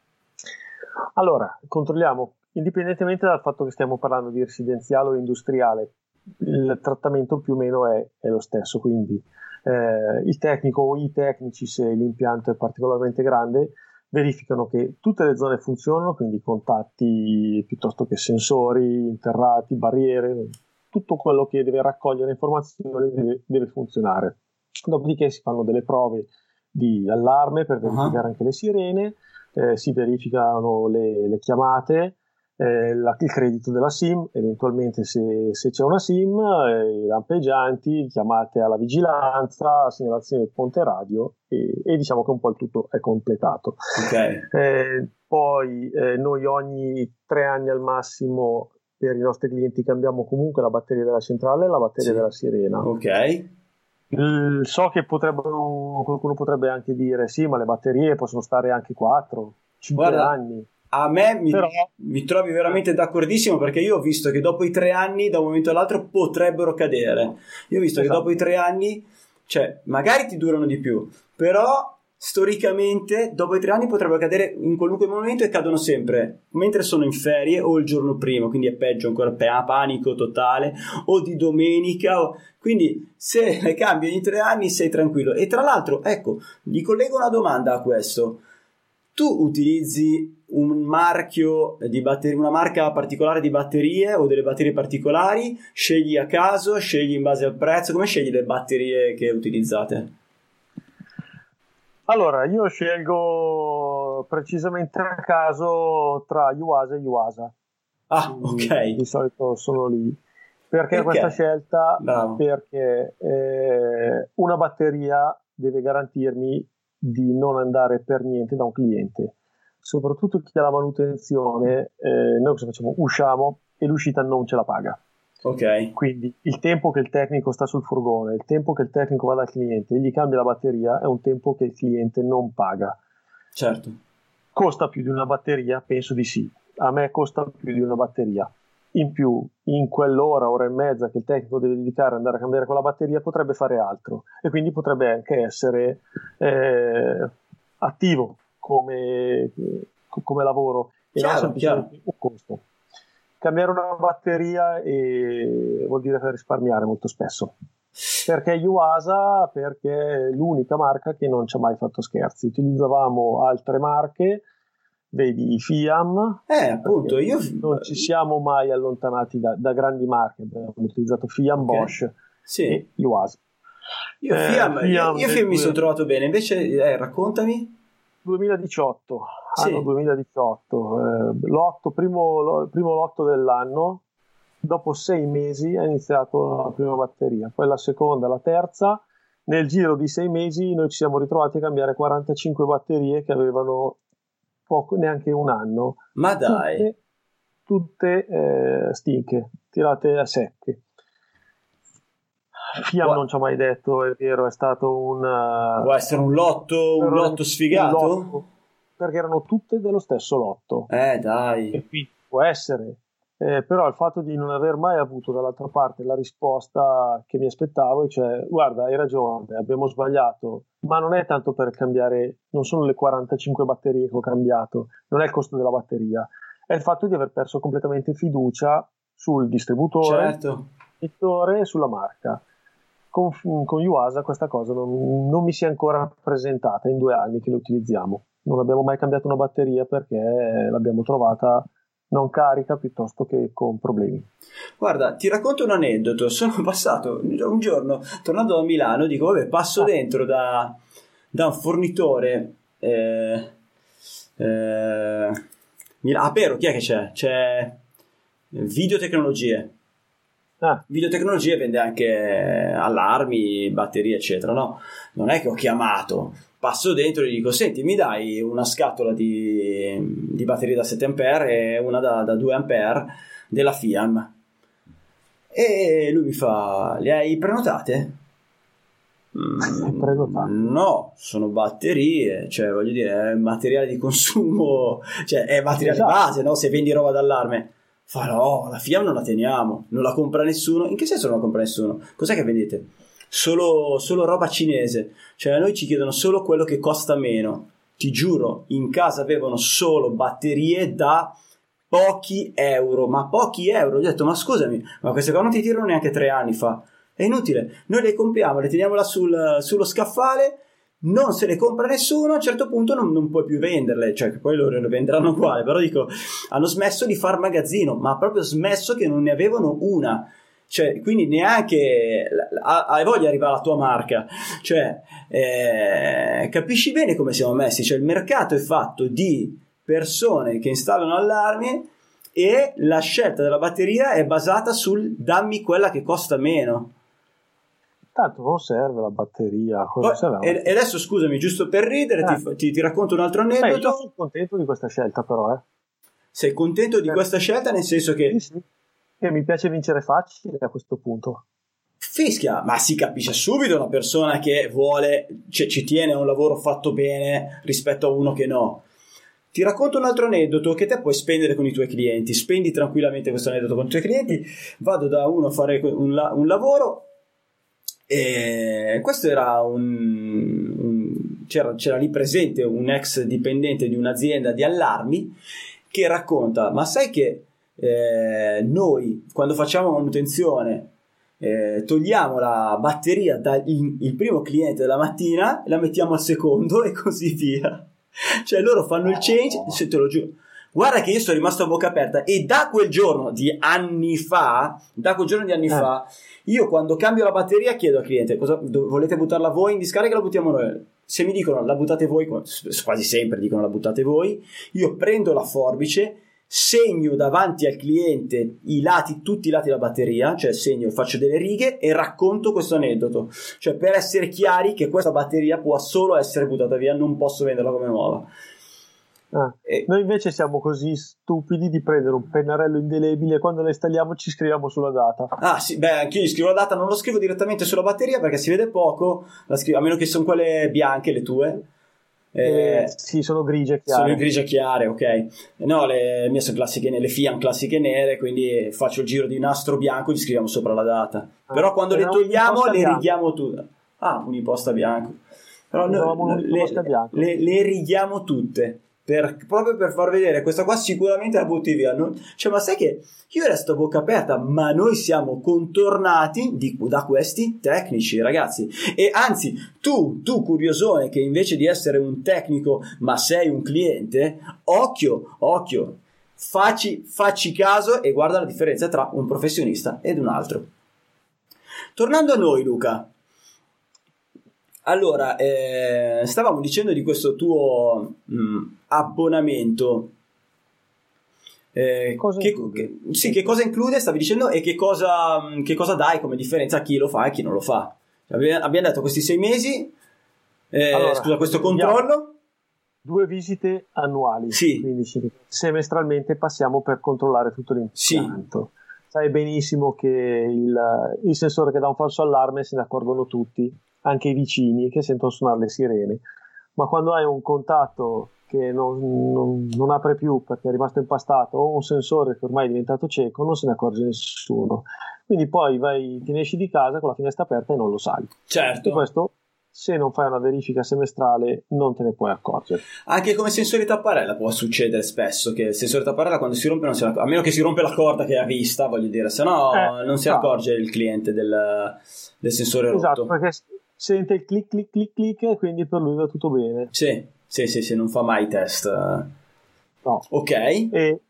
Speaker 3: Allora, controlliamo, indipendentemente dal fatto che stiamo parlando di residenziale o industriale, il trattamento più o meno è, è lo stesso, quindi eh, il tecnico o i tecnici, se l'impianto è particolarmente grande, verificano che tutte le zone funzionano, quindi contatti piuttosto che sensori, interrati, barriere, tutto quello che deve raccogliere informazioni deve, deve funzionare. Dopodiché si fanno delle prove di allarme per verificare uh-huh. anche le sirene, eh, si verificano le, le chiamate, eh, la, il credito della SIM, eventualmente se, se c'è una SIM, eh, lampeggianti, chiamate alla vigilanza, segnalazione del ponte radio e, e diciamo che un po' il tutto è completato.
Speaker 1: Okay.
Speaker 3: Eh, poi eh, noi ogni tre anni al massimo per i nostri clienti cambiamo comunque la batteria della centrale e la batteria sì. della sirena.
Speaker 1: Ok.
Speaker 3: So che potrebbero, qualcuno potrebbe anche dire sì, ma le batterie possono stare anche quattro cinque anni.
Speaker 1: A me mi,
Speaker 3: Però...
Speaker 1: mi trovi veramente d'accordissimo, perché io ho visto che dopo i tre anni da un momento all'altro potrebbero cadere. Io ho visto esatto. che dopo i tre anni, cioè magari ti durano di più, però storicamente dopo i tre anni potrebbero cadere in qualunque momento e cadono sempre mentre sono in ferie o il giorno prima, quindi è peggio ancora, panico totale, o di domenica o... quindi se le cambi ogni tre anni sei tranquillo. E tra l'altro, ecco, gli collego una domanda a questo: tu utilizzi un marchio di batterie, una marca particolare di batterie o delle batterie particolari? Scegli a caso, scegli in base al prezzo? Come scegli le batterie che utilizzate?
Speaker 3: Allora, io scelgo precisamente a caso tra Yuasa e Yuasa.
Speaker 1: Ah, ok.
Speaker 3: Di solito sono lì. Perché, perché? Questa scelta?
Speaker 1: Bravo.
Speaker 3: Perché eh, una batteria deve garantirmi di non andare per niente da un cliente. Soprattutto chi ha la manutenzione, eh, noi cosa facciamo? Usciamo e l'uscita non ce la paga.
Speaker 1: Ok.
Speaker 3: Quindi il tempo che il tecnico sta sul furgone, il tempo che il tecnico va dal cliente e gli cambia la batteria è un tempo che il cliente non paga.
Speaker 1: Certo.
Speaker 3: Costa più di una batteria? Penso di sì. A me costa più di una batteria. In più, in quell'ora, ora e mezza che il tecnico deve dedicare ad andare a cambiare quella batteria, potrebbe fare altro e quindi potrebbe anche essere eh, attivo come, come lavoro e
Speaker 1: Chiaro,
Speaker 3: non semplicemente un costo. Cambiare una batteria e vuol dire risparmiare molto spesso. Perché Yuasa? Perché è l'unica marca che non ci ha mai fatto scherzi. Utilizzavamo altre marche, vedi Fiam.
Speaker 1: Eh, appunto, io
Speaker 3: non ci siamo mai allontanati da, da grandi marche. Abbiamo utilizzato Fiam, okay. Bosch
Speaker 1: sì.
Speaker 3: e Yuasa.
Speaker 1: Io eh, Fiam, Fiam, io Fiam mi sono trovato bene. Invece, eh, raccontami.
Speaker 3: duemiladiciotto,
Speaker 1: sì.
Speaker 3: Anno duemiladiciotto, eh, lotto, primo, lo, primo lotto dell'anno. Dopo sei mesi è iniziato la prima batteria, poi la seconda, la terza. Nel giro di sei mesi noi ci siamo ritrovati a cambiare quarantacinque batterie che avevano poco, neanche un anno.
Speaker 1: Ma dai!
Speaker 3: Tutte, tutte eh, stinche, tirate a secche. Fiam What? Non ci ha mai detto, è vero, è stato un...
Speaker 1: Può essere un lotto, un lotto sfigato?
Speaker 3: Un lotto, perché erano tutte dello stesso lotto.
Speaker 1: Eh dai!
Speaker 3: E quindi può essere... Eh, però il fatto di non aver mai avuto dall'altra parte la risposta che mi aspettavo, cioè guarda hai ragione, abbiamo sbagliato, ma non è tanto per cambiare, non sono le quarantacinque batterie che ho cambiato, non è il costo della batteria, è il fatto di aver perso completamente fiducia sul distributore,
Speaker 1: certo.
Speaker 3: e sulla marca. Con, con Yuasa questa cosa non, non mi si è ancora presentata in due anni che le utilizziamo, non abbiamo mai cambiato una batteria perché l'abbiamo trovata non carica piuttosto che con problemi.
Speaker 1: Guarda, ti racconto un aneddoto. Sono passato un giorno tornando a Milano, dico vabbè passo ah. dentro da, da un fornitore eh, eh, ah però chi è che c'è? C'è Videotecnologie. Ah. Videotecnologie vende anche allarmi, batterie eccetera, no? Non è che ho chiamato, passo dentro e gli dico senti mi dai una scatola di, di batterie da sette ampere e una da, da due ampere della Fiam, e lui mi fa le hai prenotate? Mm,
Speaker 3: prenotate?
Speaker 1: No, sono batterie, cioè voglio dire è materiale di consumo, cioè è materiale
Speaker 3: esatto.
Speaker 1: base, no? Se vendi roba d'allarme. Fa no, la Fiam non la teniamo, non la compra nessuno. In che senso non la compra nessuno? Cos'è che vendete? Solo, solo roba cinese, cioè a noi ci chiedono solo quello che costa meno. Ti giuro, in casa avevano solo batterie da pochi euro, ma pochi euro. Gli ho detto ma scusami, ma queste qua non ti tirano neanche tre anni fa, è inutile, noi le compriamo, le teniamo là sul, sullo scaffale, non se le compra nessuno, a un certo punto non, non puoi più venderle, cioè che poi loro le venderanno uguali, però dico hanno smesso di far magazzino, ma proprio smesso che non ne avevano una. Cioè, quindi neanche hai voglia di arrivare alla tua marca, cioè eh, capisci bene come siamo messi, cioè il mercato è fatto di persone che installano allarmi e la scelta della batteria è basata sul dammi quella che costa meno.
Speaker 3: Tanto non serve la batteria. Cosa serve?
Speaker 1: E, e adesso scusami, giusto per ridere eh. ti, ti, ti racconto un altro aneddoto.
Speaker 3: Beh, io sono contento di questa scelta però eh.
Speaker 1: Sei contento di eh. questa scelta nel senso che
Speaker 3: sì, sì. E mi piace vincere facile a questo punto.
Speaker 1: Fischia, ma si capisce subito una persona che vuole, cioè, ci tiene a un lavoro fatto bene rispetto a uno che no. Ti racconto un altro aneddoto che te puoi spendere con i tuoi clienti. Spendi tranquillamente questo aneddoto con i tuoi clienti. Vado da uno a fare un, la- un lavoro e questo era un, un c'era, c'era lì presente un ex dipendente di un'azienda di allarmi che racconta, ma sai che Eh, noi quando facciamo manutenzione eh, togliamo la batteria dal il primo cliente della mattina e la mettiamo al secondo e così via, cioè loro fanno il change, se te lo giuro, guarda che io sono rimasto a bocca aperta. E da quel giorno di anni fa da quel giorno di anni eh. fa io quando cambio la batteria chiedo al cliente cosa volete buttarla voi in discarica, la buttiamo noi. Se mi dicono la buttate voi, quasi sempre dicono la buttate voi, io prendo la forbice, segno davanti al cliente i lati, tutti i lati della batteria, cioè segno, faccio delle righe e racconto questo aneddoto, cioè per essere chiari che questa batteria può solo essere buttata via, non posso venderla come nuova.
Speaker 3: Ah, e... Noi invece siamo così stupidi di prendere un pennarello indelebile e quando la installiamo ci scriviamo sulla data.
Speaker 1: Ah sì, beh, anch'io scrivo la data, non lo scrivo direttamente sulla batteria perché si vede poco, la scrivo, a meno che sono quelle bianche le tue.
Speaker 3: Eh, eh, sì, sono grigie chiare.
Speaker 1: Sono grigie chiare, ok. No, le mie sono classiche, le Fiat classiche nere, quindi faccio il giro di nastro bianco e gli scriviamo sopra la data. Ah, però quando le togliamo le bianco. righiamo tutte. Ah, un'imposta bianco. Però no, le, le, le righiamo tutte. Per, proprio per far vedere questa qua sicuramente la butti via, non, cioè, ma sai che io resto a bocca aperta, ma noi siamo contornati di, da questi tecnici, ragazzi. E anzi, tu, tu curiosone che invece di essere un tecnico ma sei un cliente, occhio, occhio, facci, facci caso e guarda la differenza tra un professionista ed un altro. Tornando a noi, Luca, allora, eh, stavamo dicendo di questo tuo mh, abbonamento. Eh,
Speaker 3: cosa
Speaker 1: che, che, sì, che cosa include, stavi dicendo, e che cosa, che cosa dai come differenza a chi lo fa e a chi non lo fa. Abbiamo detto questi sei mesi, eh, allora, scusa, questo controllo.
Speaker 3: Due visite annuali,
Speaker 1: sì.
Speaker 3: Quindi semestralmente passiamo per controllare tutto l'impianto. Sì. Sai benissimo che il, il sensore che dà un falso allarme se ne accorgono tutti, anche i vicini che sentono suonare le sirene, ma quando hai un contatto che non, non, non apre più perché è rimasto impastato o un sensore che ormai è diventato cieco, non se ne accorge nessuno, quindi poi vai, ti ne esci di casa con la finestra aperta e non lo sai.
Speaker 1: Certo.
Speaker 3: E questo, se non fai una verifica semestrale, non te ne puoi accorgere.
Speaker 1: Anche come sensore tapparella può succedere spesso che il sensore tapparella quando si rompe non se ne accorge, a meno che si rompe la corda che è a vista, voglio dire, se no eh, non si accorge il cliente del, del sensore rotto.
Speaker 3: Esatto, perché sente il clic clic clic clic e quindi per lui va tutto bene.
Speaker 1: Sì, sì, sì, sì, non fa mai test.
Speaker 3: No.
Speaker 1: Ok.
Speaker 3: E,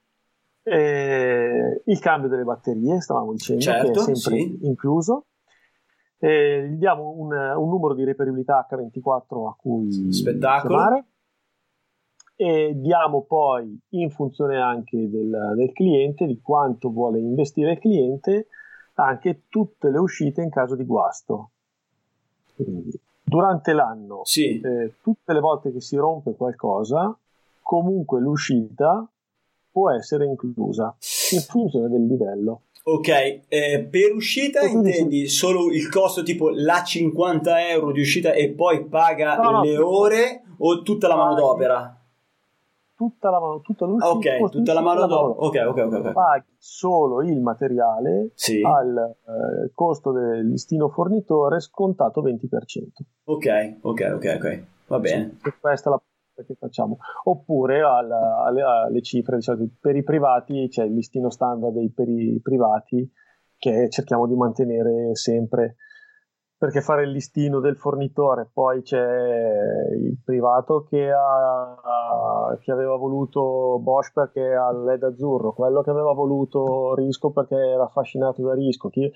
Speaker 3: e il cambio delle batterie, stavamo dicendo,
Speaker 1: certo,
Speaker 3: che è sempre
Speaker 1: sì.
Speaker 3: incluso. E gli diamo un, un numero di reperibilità acca ventiquattro a cui
Speaker 1: Spettacolo.
Speaker 3: chiamare e diamo poi, in funzione anche del, del cliente, di quanto vuole investire il cliente, anche tutte le uscite in caso di guasto. Quindi, durante l'anno,
Speaker 1: sì.
Speaker 3: eh, tutte le volte che si rompe qualcosa, comunque l'uscita può essere inclusa in funzione del livello.
Speaker 1: Ok, eh, per uscita intendi sì. Solo il costo, tipo la cinquanta euro di uscita e poi paga no, le no, ore o tutta la manodopera?
Speaker 3: Tutta la mano, tutta l'uscita.
Speaker 1: Ok, tutta la manodopera. Ok, ok, ok. okay.
Speaker 3: Paghi solo il materiale
Speaker 1: sì.
Speaker 3: al eh, costo del listino fornitore scontato venti per cento.
Speaker 1: Ok, ok, ok, ok. Va bene.
Speaker 3: Sì, questa è la che facciamo. Oppure alla, alle, alle cifre, diciamo, per i privati c'è il listino standard dei per i privati che cerchiamo di mantenere sempre, perché fare il listino del fornitore, poi c'è il privato che, ha, che aveva voluto Bosch perché ha il L E D azzurro, quello che aveva voluto Risco perché era affascinato da Risco, chi...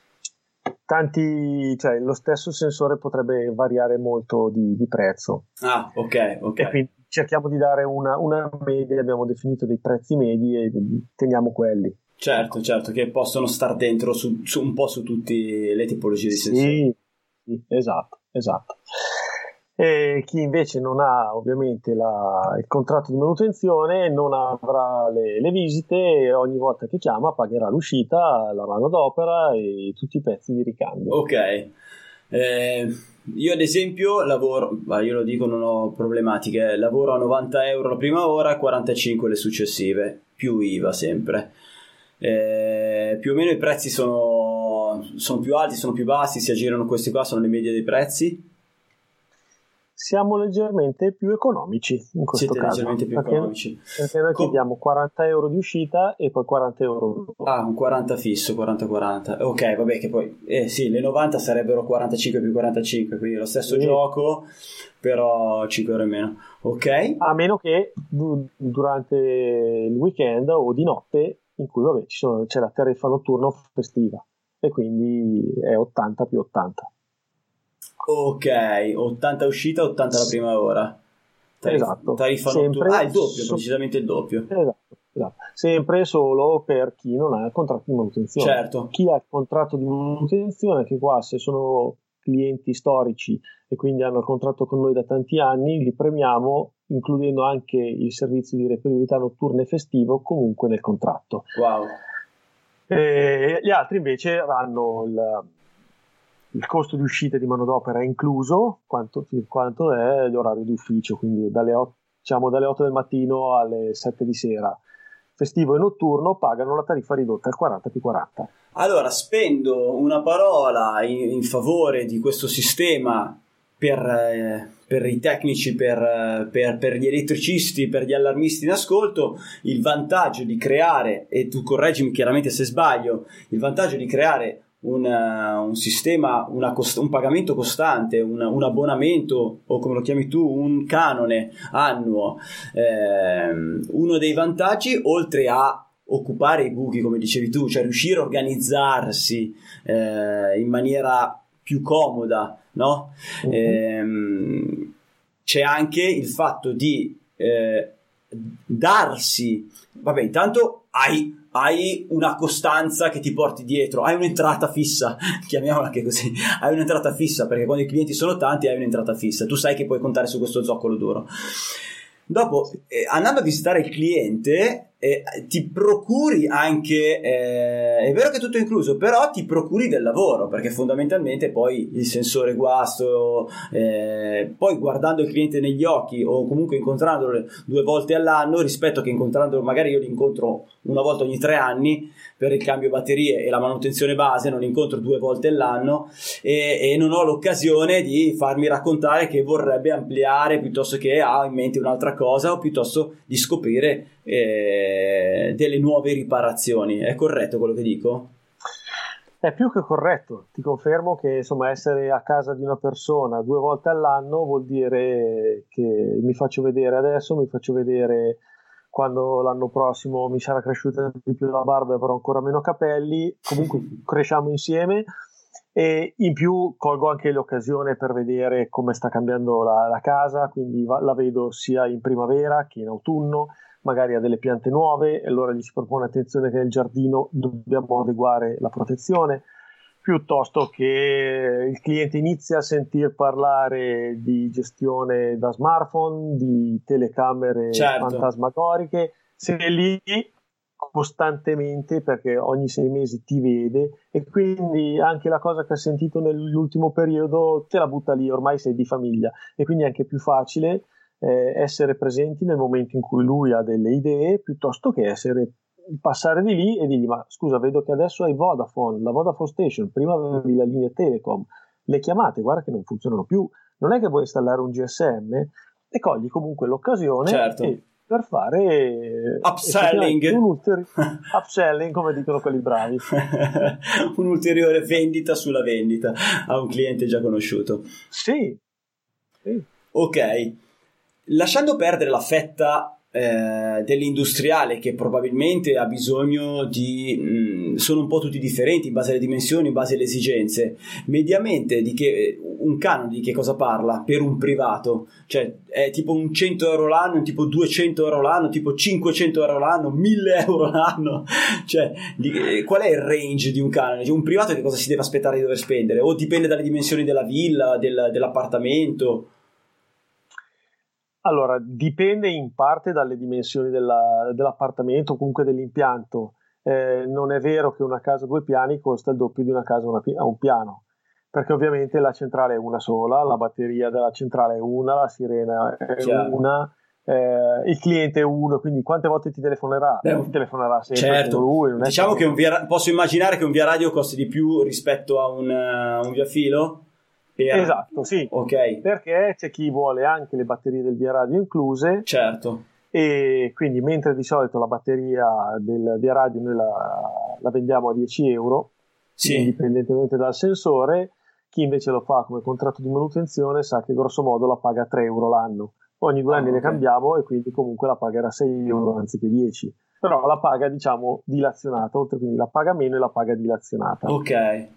Speaker 3: tanti, cioè lo stesso sensore potrebbe variare molto di, di prezzo.
Speaker 1: Ah, ok, ok.
Speaker 3: E quindi cerchiamo di dare una, una media, abbiamo definito dei prezzi medi e teniamo quelli.
Speaker 1: Certo, certo, che possono star dentro su, su un po' su tutte le tipologie di sensori.
Speaker 3: Sì, sì, esatto, esatto. E chi invece non ha ovviamente la, il contratto di manutenzione non avrà le, le visite e ogni volta che chiama pagherà l'uscita, la manodopera e tutti i pezzi di ricambio.
Speaker 1: Ok, eh, io ad esempio lavoro, bah, io lo dico, non ho problematiche, lavoro a novanta euro la prima ora e quarantacinque le successive, più I V A sempre. Eh, più o meno i prezzi sono, sono più alti, sono più bassi, si aggirano questi qua, sono le medie dei prezzi.
Speaker 3: Siamo leggermente più economici in questo
Speaker 1: Siete
Speaker 3: caso.
Speaker 1: leggermente più
Speaker 3: perché,
Speaker 1: economici.
Speaker 3: Perché noi chiediamo quaranta euro di uscita e poi quaranta euro.
Speaker 1: Ah, un quaranta fisso, quaranta quaranta. Ok, vabbè, che poi eh sì, le novanta sarebbero quarantacinque più quarantacinque, quindi lo stesso sì. Gioco, però cinque euro in meno. Ok.
Speaker 3: A meno che du- durante il weekend o di notte, in cui vabbè ci sono, c'è la tariffa notturna festiva e quindi è ottanta più ottanta.
Speaker 1: Ok, ottanta uscita, ottanta la prima ora. Tarif-
Speaker 3: esatto.
Speaker 1: Tariffa notturna. Ah, il doppio, so- precisamente il doppio.
Speaker 3: Esatto, esatto. Sempre solo per chi non ha il contratto di manutenzione.
Speaker 1: Certo.
Speaker 3: Chi ha il contratto di manutenzione, anche qua, se sono clienti storici e quindi hanno il contratto con noi da tanti anni, li premiamo includendo anche il servizio di reperibilità notturna e festivo comunque nel contratto.
Speaker 1: Wow.
Speaker 3: E gli altri invece hanno il, il costo di uscita di manodopera incluso, quanto, quanto è l'orario di ufficio, quindi dalle otto, diciamo dalle otto del mattino alle sette di sera. Festivo e notturno pagano la tariffa ridotta al quaranta più quaranta.
Speaker 1: Allora, spendo una parola in, in favore di questo sistema per, eh, per i tecnici, per, per, per gli elettricisti, per gli allarmisti in ascolto. Il vantaggio di creare, e tu correggimi chiaramente se sbaglio, il vantaggio di creare un, uh, un sistema, una cost- un pagamento costante, un, un abbonamento, o come lo chiami tu, un canone annuo. Eh, uno dei vantaggi, oltre a occupare i buchi, come dicevi tu, cioè riuscire a organizzarsi eh, in maniera più comoda, no? Uh-huh. Eh, c'è anche il fatto di eh, darsi, vabbè, intanto hai hai una costanza che ti porti dietro, hai un'entrata fissa, chiamiamola anche così, hai un'entrata fissa, perché quando i clienti sono tanti hai un'entrata fissa, tu sai che puoi contare su questo zoccolo duro. Dopo, eh, andando a visitare il cliente, eh, ti procuri anche, eh, è vero che è tutto incluso, però ti procuri del lavoro, perché fondamentalmente poi il sensore guasto, eh, poi guardando il cliente negli occhi o comunque incontrandolo due volte all'anno, rispetto che incontrandolo, magari io li incontro una volta ogni tre anni per il cambio batterie e la manutenzione base, non li incontro due volte all'anno, e, e non ho l'occasione di farmi raccontare che vorrebbe ampliare piuttosto che ha in mente un'altra cosa, o piuttosto di scoprire eh, delle nuove riparazioni. È corretto quello che dico?
Speaker 3: È più che corretto. Ti confermo che insomma essere a casa di una persona due volte all'anno vuol dire che mi faccio vedere adesso, mi faccio vedere quando l'anno prossimo mi sarà cresciuta di più la barba e avrò ancora meno capelli, comunque cresciamo insieme, e in più colgo anche l'occasione per vedere come sta cambiando la, la casa, quindi va, la vedo sia in primavera che in autunno, magari ha delle piante nuove e allora gli si propone attenzione che nel giardino dobbiamo adeguare la protezione, piuttosto che il cliente inizia a sentir parlare di gestione da smartphone, di telecamere
Speaker 1: certo.
Speaker 3: fantasmagoriche, sei lì costantemente perché ogni sei mesi ti vede, e quindi anche la cosa che ha sentito nell'ultimo periodo te la butta lì, ormai sei di famiglia, e quindi è anche più facile eh, essere presenti nel momento in cui lui ha delle idee, piuttosto che essere passare di lì e dirgli: ma scusa, vedo che adesso hai Vodafone, la Vodafone Station, prima avevi la linea Telecom, le chiamate guarda che non funzionano più, non è che vuoi installare un G S M, e cogli comunque l'occasione,
Speaker 1: certo.
Speaker 3: e per fare
Speaker 1: upselling,
Speaker 3: un ulteriore upselling, come dicono quelli bravi,
Speaker 1: un'ulteriore vendita sulla vendita a un cliente già conosciuto.
Speaker 3: Sì, sì.
Speaker 1: Ok, lasciando perdere la fetta Eh, dell'industriale, che probabilmente ha bisogno di mh, sono un po' tutti differenti in base alle dimensioni, in base alle esigenze, mediamente di che un canone di che cosa parla per un privato? Cioè è tipo un cento euro l'anno, tipo duecento euro l'anno, tipo cinquecento euro l'anno, mille euro l'anno, cioè di, qual è il range di un canone? Cioè, un privato che cosa si deve aspettare di dover spendere, o dipende dalle dimensioni della villa, del, dell'appartamento?
Speaker 3: Allora, dipende in parte dalle dimensioni della, dell'appartamento o comunque dell'impianto. Eh, non è vero che una casa a due piani costa il doppio di una casa a un piano, perché ovviamente la centrale è una sola, la batteria della centrale è una, la sirena è
Speaker 1: Chiaro.
Speaker 3: una, eh, il cliente è uno, quindi quante volte ti telefonerà?
Speaker 1: Beh,
Speaker 3: ti telefonerà sempre,
Speaker 1: certo.
Speaker 3: lui. Non è
Speaker 1: diciamo
Speaker 3: che,
Speaker 1: che un via, posso immaginare che un via radio costi di più rispetto a un, uh, un via filo? Per...
Speaker 3: Esatto, sì,
Speaker 1: ok,
Speaker 3: perché c'è chi vuole anche le batterie del via radio incluse,
Speaker 1: certo,
Speaker 3: e quindi mentre di solito la batteria del via radio noi la, la vendiamo a dieci euro,
Speaker 1: sì.
Speaker 3: indipendentemente dal sensore, chi invece lo fa come contratto di manutenzione sa che grosso modo la paga tre euro l'anno, ogni due
Speaker 1: ah,
Speaker 3: anni
Speaker 1: okay.
Speaker 3: ne cambiamo, e quindi comunque la pagherà sei euro anziché dieci, però la paga diciamo dilazionata, oltre, quindi la paga meno e la paga dilazionata.
Speaker 1: Ok.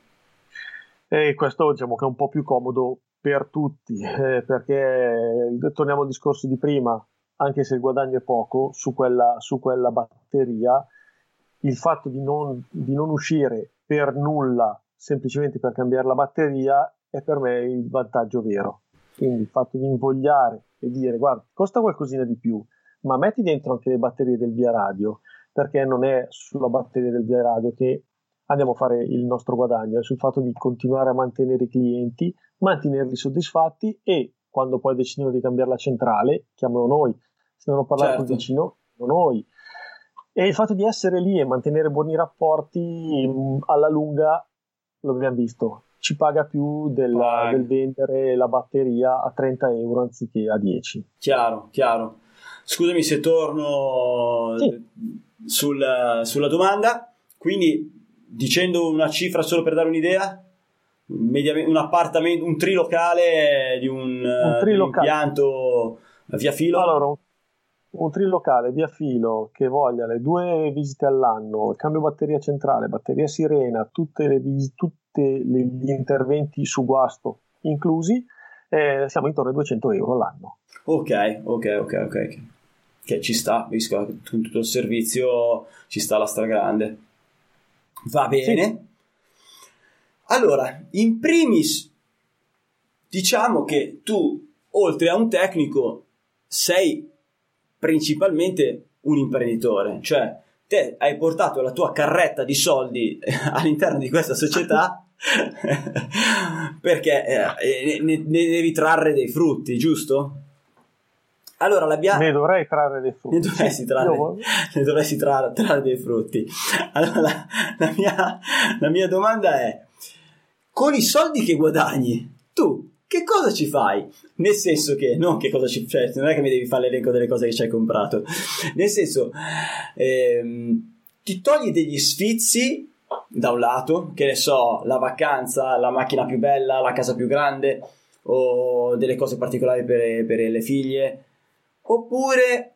Speaker 3: E questo diciamo che è un po' più comodo per tutti, eh, perché torniamo al discorso di prima, anche se il guadagno è poco, su quella, su quella batteria, il fatto di non, di non uscire per nulla semplicemente per cambiare la batteria è per me il vantaggio vero. Quindi il fatto di invogliare e dire guarda, costa qualcosina di più, ma metti dentro anche le batterie del via radio, perché non è sulla batteria del via radio che andiamo a fare il nostro guadagno, è sul fatto di continuare a mantenere i clienti, mantenerli soddisfatti e quando poi decidono di cambiare la centrale, chiamano noi, se devono parlare
Speaker 1: Certo.
Speaker 3: col vicino, chiamano noi. E il fatto di essere lì e mantenere buoni rapporti mh, alla lunga, lo abbiamo visto, ci paga più del,
Speaker 1: Paga.
Speaker 3: del vendere la batteria a trenta euro anziché a dieci.
Speaker 1: Chiaro, chiaro. Scusami se torno
Speaker 3: Sì.
Speaker 1: sul- sulla domanda. Quindi, dicendo una cifra solo per dare un'idea, mediamente un appartamento, un trilocale di un,
Speaker 3: Un
Speaker 1: di un
Speaker 3: trilocale.
Speaker 1: impianto via filo.
Speaker 3: Allora, un, un trilocale via filo che voglia le due visite all'anno, il cambio batteria centrale, batteria sirena, tutte le vis- tutti gli interventi su guasto inclusi, eh, siamo intorno ai duecento euro all'anno.
Speaker 1: Ok, ok, ok, ok. Che ci sta, visto che con tutto il servizio ci sta la stragrande. Va bene.
Speaker 3: Sì.
Speaker 1: Allora, in primis, diciamo che tu, oltre a un tecnico, sei principalmente un imprenditore, cioè te hai portato la tua carretta di soldi all'interno di questa società perché eh, ne, ne devi trarre dei frutti, giusto? Allora l'abbiamo...
Speaker 3: Ne dovrei trarre dei frutti.
Speaker 1: Ne dovresti trarre,
Speaker 3: Io-
Speaker 1: ne dovresti trarre, trarre dei frutti. Allora la, la mia, la mia domanda è: con i soldi che guadagni, tu che cosa ci fai? Nel senso che, non che cosa ci, cioè, non è che mi devi fare l'elenco delle cose che ci hai comprato, nel senso, ehm, ti togli degli sfizi da un lato, che ne so, la vacanza, la macchina più bella, la casa più grande, o delle cose particolari per, per le figlie, oppure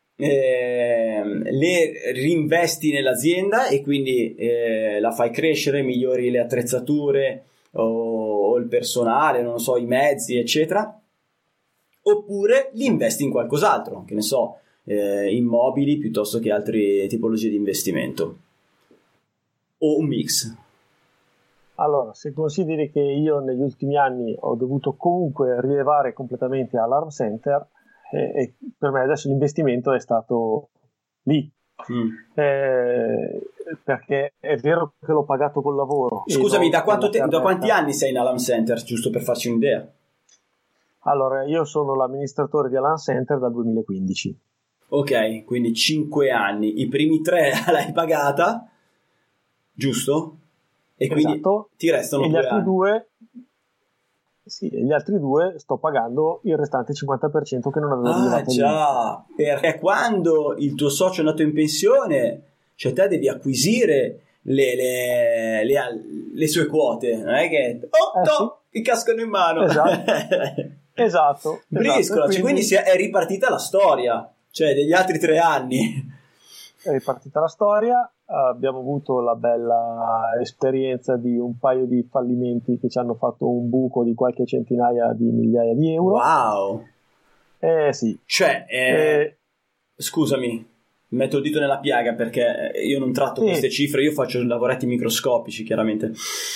Speaker 1: ehm, le reinvesti nell'azienda e quindi eh, la fai crescere, migliori le attrezzature o, o il personale, non lo so, i mezzi, eccetera, oppure li investi in qualcos'altro, che ne so, eh, immobili piuttosto che altre tipologie di investimento, o un mix.
Speaker 3: Allora, se consideri che io negli ultimi anni ho dovuto comunque rilevare completamente Alarm Center, e, e per me adesso l'investimento è stato lì.
Speaker 1: Mm.
Speaker 3: Eh, perché è vero che l'ho pagato col lavoro. e
Speaker 1: Scusami,
Speaker 3: non
Speaker 1: da, quanto
Speaker 3: con
Speaker 1: te-
Speaker 3: la
Speaker 1: da quanti
Speaker 3: carretta.
Speaker 1: anni sei in Alarm Center, giusto per farci un'idea?
Speaker 3: Allora, io sono l'amministratore di Alarm Center dal duemilaquindici.
Speaker 1: Ok, quindi cinque anni. I primi tre l'hai pagata, giusto? E quindi
Speaker 3: Esatto.
Speaker 1: ti restano
Speaker 3: E gli
Speaker 1: due
Speaker 3: altri
Speaker 1: anni.
Speaker 3: due, sì, e gli altri due sto pagando il restante cinquanta per cento che non avevo
Speaker 1: Ah
Speaker 3: rilevato
Speaker 1: già, perché quando il tuo socio è andato in pensione, cioè te devi acquisire le, le, le, le sue quote, non è che oh
Speaker 3: Eh,
Speaker 1: no, ti cascano in mano.
Speaker 3: Esatto. Esatto.
Speaker 1: Briscola,
Speaker 3: esatto.
Speaker 1: cioè,
Speaker 3: Quindi
Speaker 1: quindi si è, è ripartita la storia, cioè degli altri tre anni.
Speaker 3: è ripartita la storia, abbiamo avuto la bella esperienza di un paio di fallimenti che ci hanno fatto un buco di qualche centinaia di migliaia di euro.
Speaker 1: Wow.
Speaker 3: Eh sì.
Speaker 1: Cioè, eh,
Speaker 3: Eh,
Speaker 1: scusami, metto il dito nella piaga perché io non tratto
Speaker 3: Sì.
Speaker 1: queste cifre, io faccio lavoretti microscopici, chiaramente.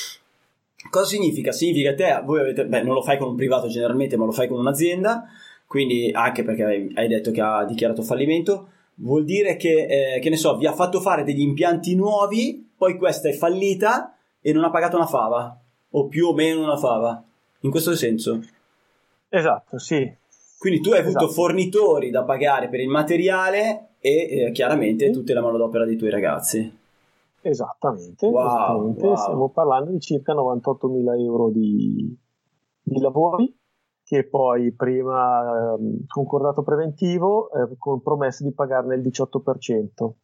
Speaker 1: Cosa significa? Significa che te, voi avete, beh, non lo fai con un privato generalmente, ma lo fai con un'azienda, quindi anche perché hai, hai detto che ha dichiarato fallimento, vuol dire che, eh, che ne so, vi ha fatto fare degli impianti nuovi, poi questa è fallita e non ha pagato una fava, o più o meno una fava, in questo senso.
Speaker 3: esatto, sì.
Speaker 1: Quindi tu hai avuto
Speaker 3: Esatto.
Speaker 1: fornitori da pagare per il materiale e eh, chiaramente
Speaker 3: Sì.
Speaker 1: tutta la manodopera dei tuoi ragazzi.
Speaker 3: Esattamente,
Speaker 1: Wow,
Speaker 3: esattamente.
Speaker 1: wow.
Speaker 3: Stiamo parlando di circa novantottomila euro di, di lavori che poi prima ehm, concordato preventivo eh, con promessa di pagarne il diciotto per cento,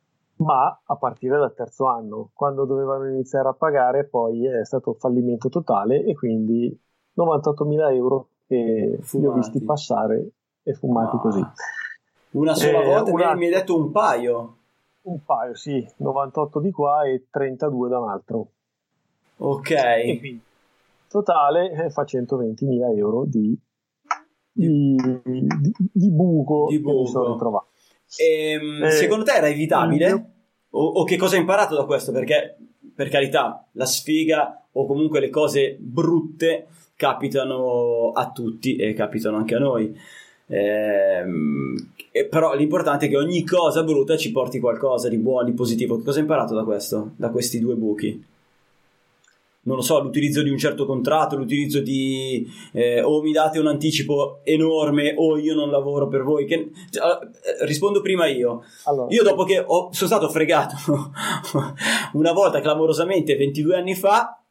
Speaker 3: ma a partire dal terzo anno, quando dovevano iniziare a pagare, poi è stato fallimento totale e quindi novantottomila euro che li ho
Speaker 1: Fumati.
Speaker 3: visti passare e fumati
Speaker 1: Ma-
Speaker 3: così.
Speaker 1: Una sola
Speaker 3: Eh,
Speaker 1: volta
Speaker 3: un
Speaker 1: mi,
Speaker 3: attimo.
Speaker 1: mi hai detto un paio.
Speaker 3: Un paio, sì, novantotto di qua e trentadue da un altro.
Speaker 1: Ok.
Speaker 3: E quindi totale eh, fa centoventimila euro di di, di, di buco,
Speaker 1: di buco.
Speaker 3: che mi sono ritrovato.
Speaker 1: Ehm,
Speaker 3: Eh,
Speaker 1: secondo te era evitabile?
Speaker 3: io-
Speaker 1: O, o che cosa hai imparato da questo? Perché, per carità, la sfiga o comunque le cose brutte capitano a tutti e capitano anche a noi. Ehm, e però l'importante è che ogni cosa brutta ci porti qualcosa di buono, di positivo. Che cosa hai imparato da questo? Da questi due buchi? Non lo so, l'utilizzo di un certo contratto, l'utilizzo di eh, o mi date un anticipo enorme o io non lavoro per voi. Che, eh, rispondo prima io.
Speaker 3: Allora,
Speaker 1: Io dopo che ho, sono stato fregato una volta clamorosamente ventidue anni fa,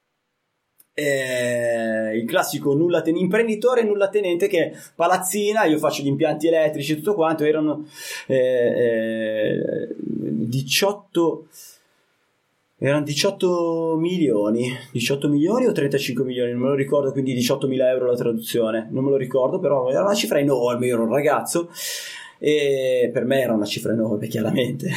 Speaker 1: eh, il classico nulla ten- imprenditore nulla tenente che palazzina, io faccio gli impianti elettrici e tutto quanto, erano eh, eh, diciotto erano diciotto milioni diciotto milioni o trentacinque milioni, non me lo ricordo, quindi diciottomila euro la traduzione, non me lo ricordo, però era una cifra enorme, io ero un ragazzo e per me era una cifra enorme, chiaramente.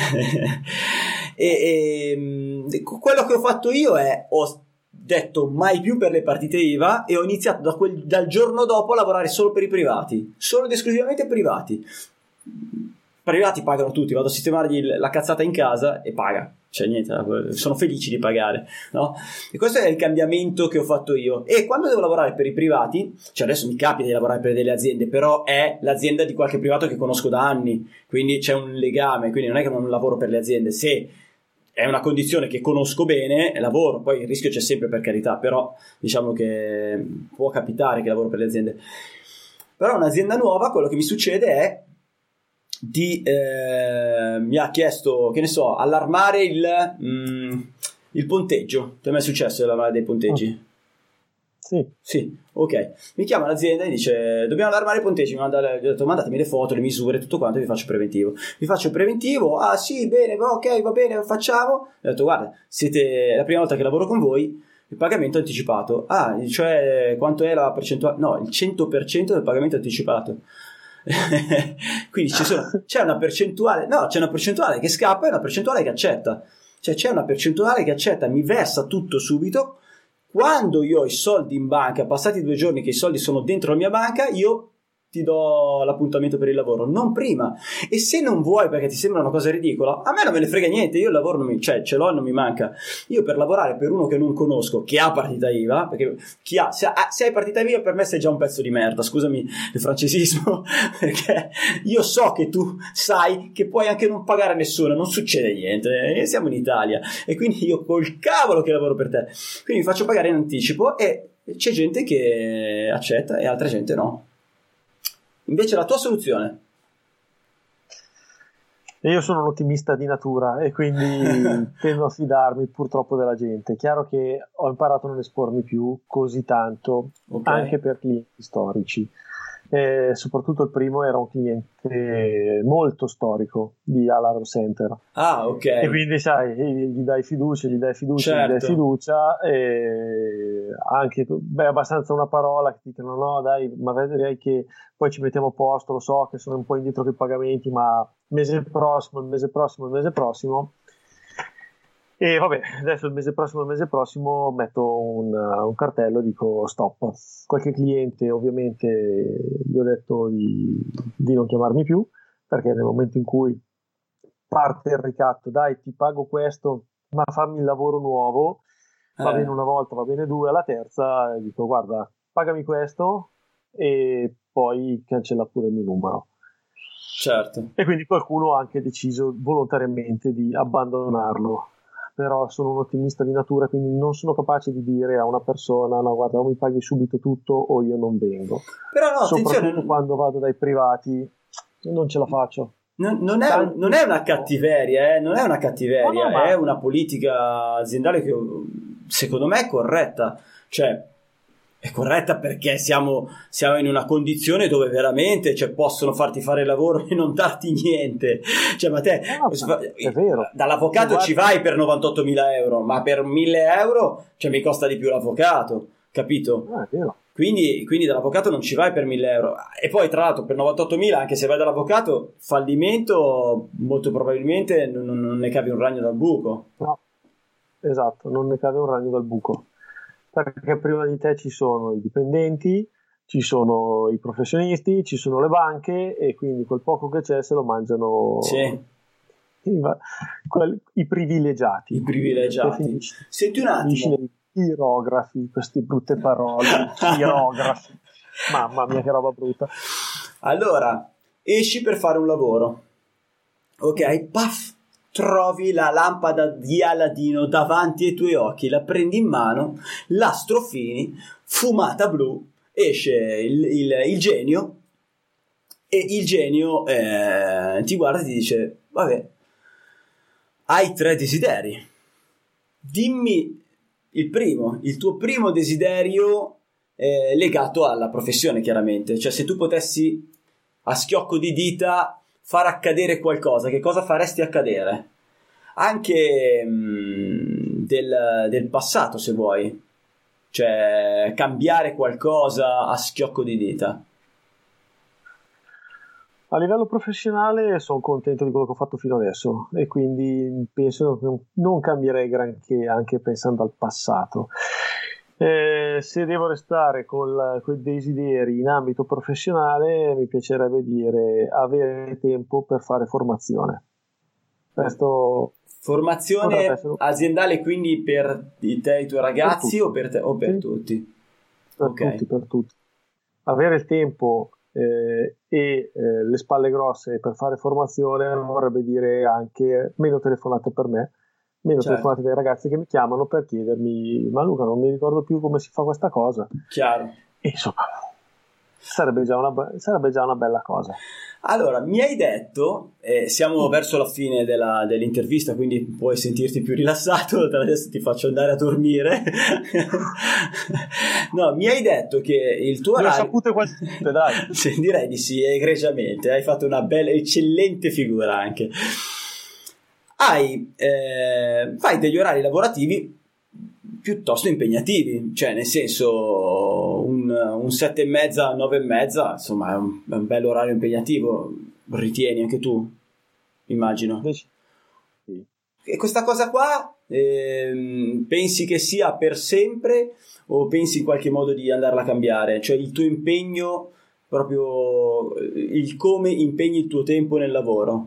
Speaker 1: e, e quello che ho fatto io è ho detto mai più per le partite I V A e ho iniziato da quel, dal giorno dopo a lavorare solo per i privati, solo ed esclusivamente privati. Privati pagano tutti, vado a sistemargli la cazzata in casa e paga, cioè niente, sono felici di pagare, no? E questo è il cambiamento che ho fatto io. E quando devo lavorare per i privati, cioè adesso mi capita di lavorare per delle aziende, però è l'azienda di qualche privato che conosco da anni, quindi c'è un legame, quindi non è che non lavoro per le aziende. Se è una condizione che conosco bene, lavoro, poi il rischio c'è sempre, per carità, però diciamo che può capitare che lavoro per le aziende. Però un'azienda nuova, quello che mi succede è di eh, mi ha chiesto, che ne so, allarmare il mm, il ponteggio. Ti è mai successo di allarmare dei ponteggi?
Speaker 3: Sì.
Speaker 1: Sì, ok. Mi chiama l'azienda e dice dobbiamo allarmare i ponteggi. Mi manda, gli ho detto mandatemi le foto, le misure, tutto quanto, e vi faccio preventivo. Vi faccio il preventivo. Ah sì, bene, ok, va bene, lo facciamo. Ho detto guarda, siete è la prima volta che lavoro con voi, il pagamento anticipato. Ah, cioè quanto è la percentuale? No, il cento per cento del pagamento anticipato. Quindi ci sono, c'è una percentuale, no, c'è una percentuale che scappa e una percentuale che accetta. Cioè c'è una percentuale che accetta, mi versa tutto subito. Quando io ho i soldi in banca, passati due giorni che i soldi sono dentro la mia banca, io ti do l'appuntamento per il lavoro, non prima. E se non vuoi perché ti sembra una cosa ridicola, a me non me ne frega niente, io il lavoro non mi, cioè ce l'ho e non mi manca. Io per lavorare per uno che non conosco, che ha partita I V A, perché chi ha, se, ha, se hai partita I V A per me sei già un pezzo di merda, scusami il francesismo, perché io so che tu sai che puoi anche non pagare nessuno, non succede niente, siamo in Italia, e quindi io col cavolo che lavoro per te, quindi mi faccio pagare in anticipo e c'è gente che accetta e altra gente no. Invece la tua soluzione?
Speaker 3: Io sono un ottimista di natura e quindi tendo a fidarmi purtroppo della gente. È chiaro che ho imparato a non espormi più così tanto,
Speaker 1: Okay.
Speaker 3: anche per clienti storici. Eh, soprattutto il primo era un cliente molto storico di Alarm Center.
Speaker 1: Ah, ok.
Speaker 3: E quindi sai, gli dai fiducia, gli dai fiducia,
Speaker 1: Certo.
Speaker 3: gli dai fiducia, e anche, beh, abbastanza una parola che ti dicono no dai, ma vedrai che poi ci mettiamo a posto, lo so che sono un po' indietro con i pagamenti, ma mese prossimo, il mese prossimo, il mese prossimo. E vabbè, adesso il mese prossimo, il mese prossimo metto un, un cartello, dico stop. Qualche cliente ovviamente gli ho detto di, di non chiamarmi più, perché nel momento in cui parte il ricatto, dai ti pago questo, ma fammi il lavoro nuovo, va
Speaker 1: Eh.
Speaker 3: bene una volta, va bene due, alla terza dico guarda, pagami questo e poi cancella pure il mio numero.
Speaker 1: Certo.
Speaker 3: E quindi qualcuno ha anche deciso volontariamente di abbandonarlo. Però sono un ottimista di natura, quindi non sono capace di dire a una persona no guarda o mi paghi subito tutto o io non vengo.
Speaker 1: Però no,
Speaker 3: Soprattutto
Speaker 1: attenzione,
Speaker 3: quando vado dai privati non ce la faccio.
Speaker 1: non, non, è, un- non è una cattiveria, eh? Non è una cattiveria,
Speaker 3: No, no, ma-
Speaker 1: è una politica aziendale che secondo me è corretta. Cioè, è corretta perché siamo, siamo in una condizione dove veramente cioè, possono farti fare il lavoro e non darti niente. Cioè, ma te
Speaker 3: No, no, è vero.
Speaker 1: dall'avvocato
Speaker 3: Guarda-
Speaker 1: ci vai per novantottomila euro, ma per mille euro cioè, mi costa di più l'avvocato, capito?
Speaker 3: Ah, è vero.
Speaker 1: Quindi, quindi dall'avvocato non ci vai per mille euro. E poi, tra l'altro, per novantottomila, anche se vai dall'avvocato, fallimento, molto probabilmente non, non ne cavi un ragno dal buco.
Speaker 3: No, esatto, non ne cade un ragno dal buco. Perché prima di te ci sono i dipendenti, ci sono i professionisti, ci sono le banche e quindi quel poco che c'è se lo mangiano
Speaker 1: sì.
Speaker 3: i, i privilegiati.
Speaker 1: I privilegiati. Senti un attimo.
Speaker 3: Chirografi, queste brutte parole, chirografi. Mamma mia, che roba brutta.
Speaker 1: Allora, esci per fare un lavoro. Ok, paf, trovi la lampada di Aladino davanti ai tuoi occhi, la prendi in mano, la strofini, fumata blu, esce il, il, il genio e il genio eh, ti guarda e ti dice: vabbè, hai tre desideri, dimmi il primo, il tuo primo desiderio eh, legato alla professione, chiaramente. Cioè, se tu potessi a schiocco di dita far accadere qualcosa, che cosa faresti accadere? Anche mh, del, del passato, se vuoi. Cioè, cambiare qualcosa a schiocco di dita.
Speaker 3: A livello professionale sono contento di quello che ho fatto fino adesso e quindi penso che non cambierei granché anche pensando al passato. Eh, se devo restare con i desideri in ambito professionale, mi piacerebbe dire avere tempo per fare formazione. Questo
Speaker 1: formazione aziendale, quindi per te e i tuoi ragazzi per o per te o per sì. tutti?
Speaker 3: Per
Speaker 1: okay.
Speaker 3: tutti, per tutti. Avere il tempo Eh, e eh, le spalle grosse per fare formazione vorrebbe dire anche meno telefonate per me, meno certo. telefonate dai ragazzi che mi chiamano per chiedermi: ma Luca, non mi ricordo più come si fa questa cosa.
Speaker 1: Chiaro.
Speaker 3: E insomma sarebbe già una, sarebbe già una bella cosa.
Speaker 1: Allora, mi hai detto, eh, siamo verso la fine della, dell'intervista, quindi puoi sentirti più rilassato, adesso ti faccio andare a dormire. No, mi hai detto che il tuo
Speaker 3: orario...
Speaker 1: orario...
Speaker 3: Le sapute quasi tutte, dai.
Speaker 1: Sì, direi di sì, egregiamente, hai fatto una bella, eccellente figura anche. Hai, eh, fai degli orari lavorativi piuttosto impegnativi, cioè nel senso un, un sette e mezza, nove e mezza, insomma è un, è un bello orario impegnativo, ritieni anche tu, immagino.
Speaker 3: Sì.
Speaker 1: E questa cosa qua eh, pensi che sia per sempre o pensi in qualche modo di andarla a cambiare? Cioè il tuo impegno, proprio il come impegni il tuo tempo nel lavoro?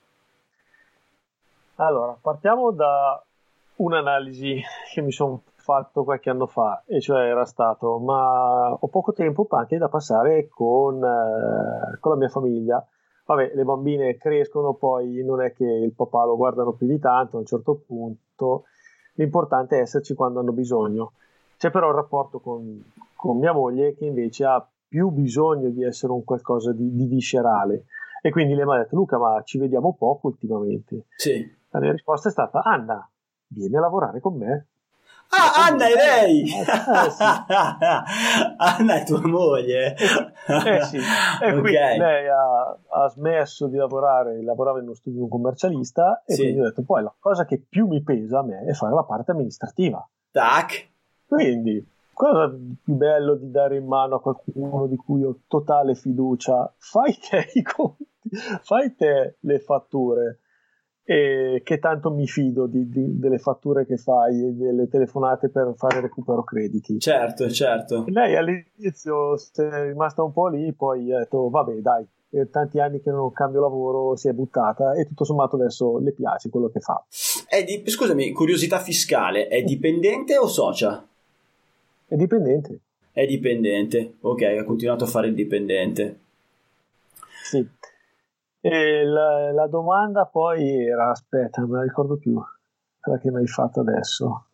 Speaker 3: Allora, partiamo da un'analisi che mi sono fatto qualche anno fa, e cioè era stato: ma ho poco tempo anche da passare con, eh, con la mia famiglia. Vabbè, le bambine crescono, poi non è che il papà lo guardano più di tanto, a un certo punto l'importante è esserci quando hanno bisogno. C'è però il rapporto con, con mia moglie che invece ha più bisogno di essere un qualcosa di, di viscerale, e quindi lei mi ha detto: Luca, ma ci vediamo poco ultimamente.
Speaker 1: Sì.
Speaker 3: La mia risposta è stata: Anna, vieni a lavorare con me.
Speaker 1: Ah, Anna è lei!
Speaker 3: Eh, sì.
Speaker 1: Anna è tua moglie.
Speaker 3: Eh sì, e okay. Quindi lei ha, ha smesso di lavorare, lavorava in uno studio di un commercialista, e sì. Quindi ho detto: poi la cosa che più mi pesa a me è fare la parte amministrativa.
Speaker 1: Tac!
Speaker 3: Quindi, cosa più bello di dare in mano a qualcuno di cui ho totale fiducia? Fai te i conti, fai te le fatture. E che tanto mi fido di, di, delle fatture che fai e delle telefonate per fare recupero crediti.
Speaker 1: Certo, certo.
Speaker 3: Lei all'inizio è rimasta un po' lì, poi ha detto: vabbè, dai, per tanti anni che non cambio lavoro, si è buttata e tutto sommato adesso le piace quello che fa.
Speaker 1: È di, scusami, curiosità fiscale, è dipendente o socia?
Speaker 3: È dipendente.
Speaker 1: È dipendente, ok, ha continuato a fare il dipendente.
Speaker 3: Sì. E la, la domanda poi era, aspetta, non me la ricordo più, quella che mi hai fatto adesso.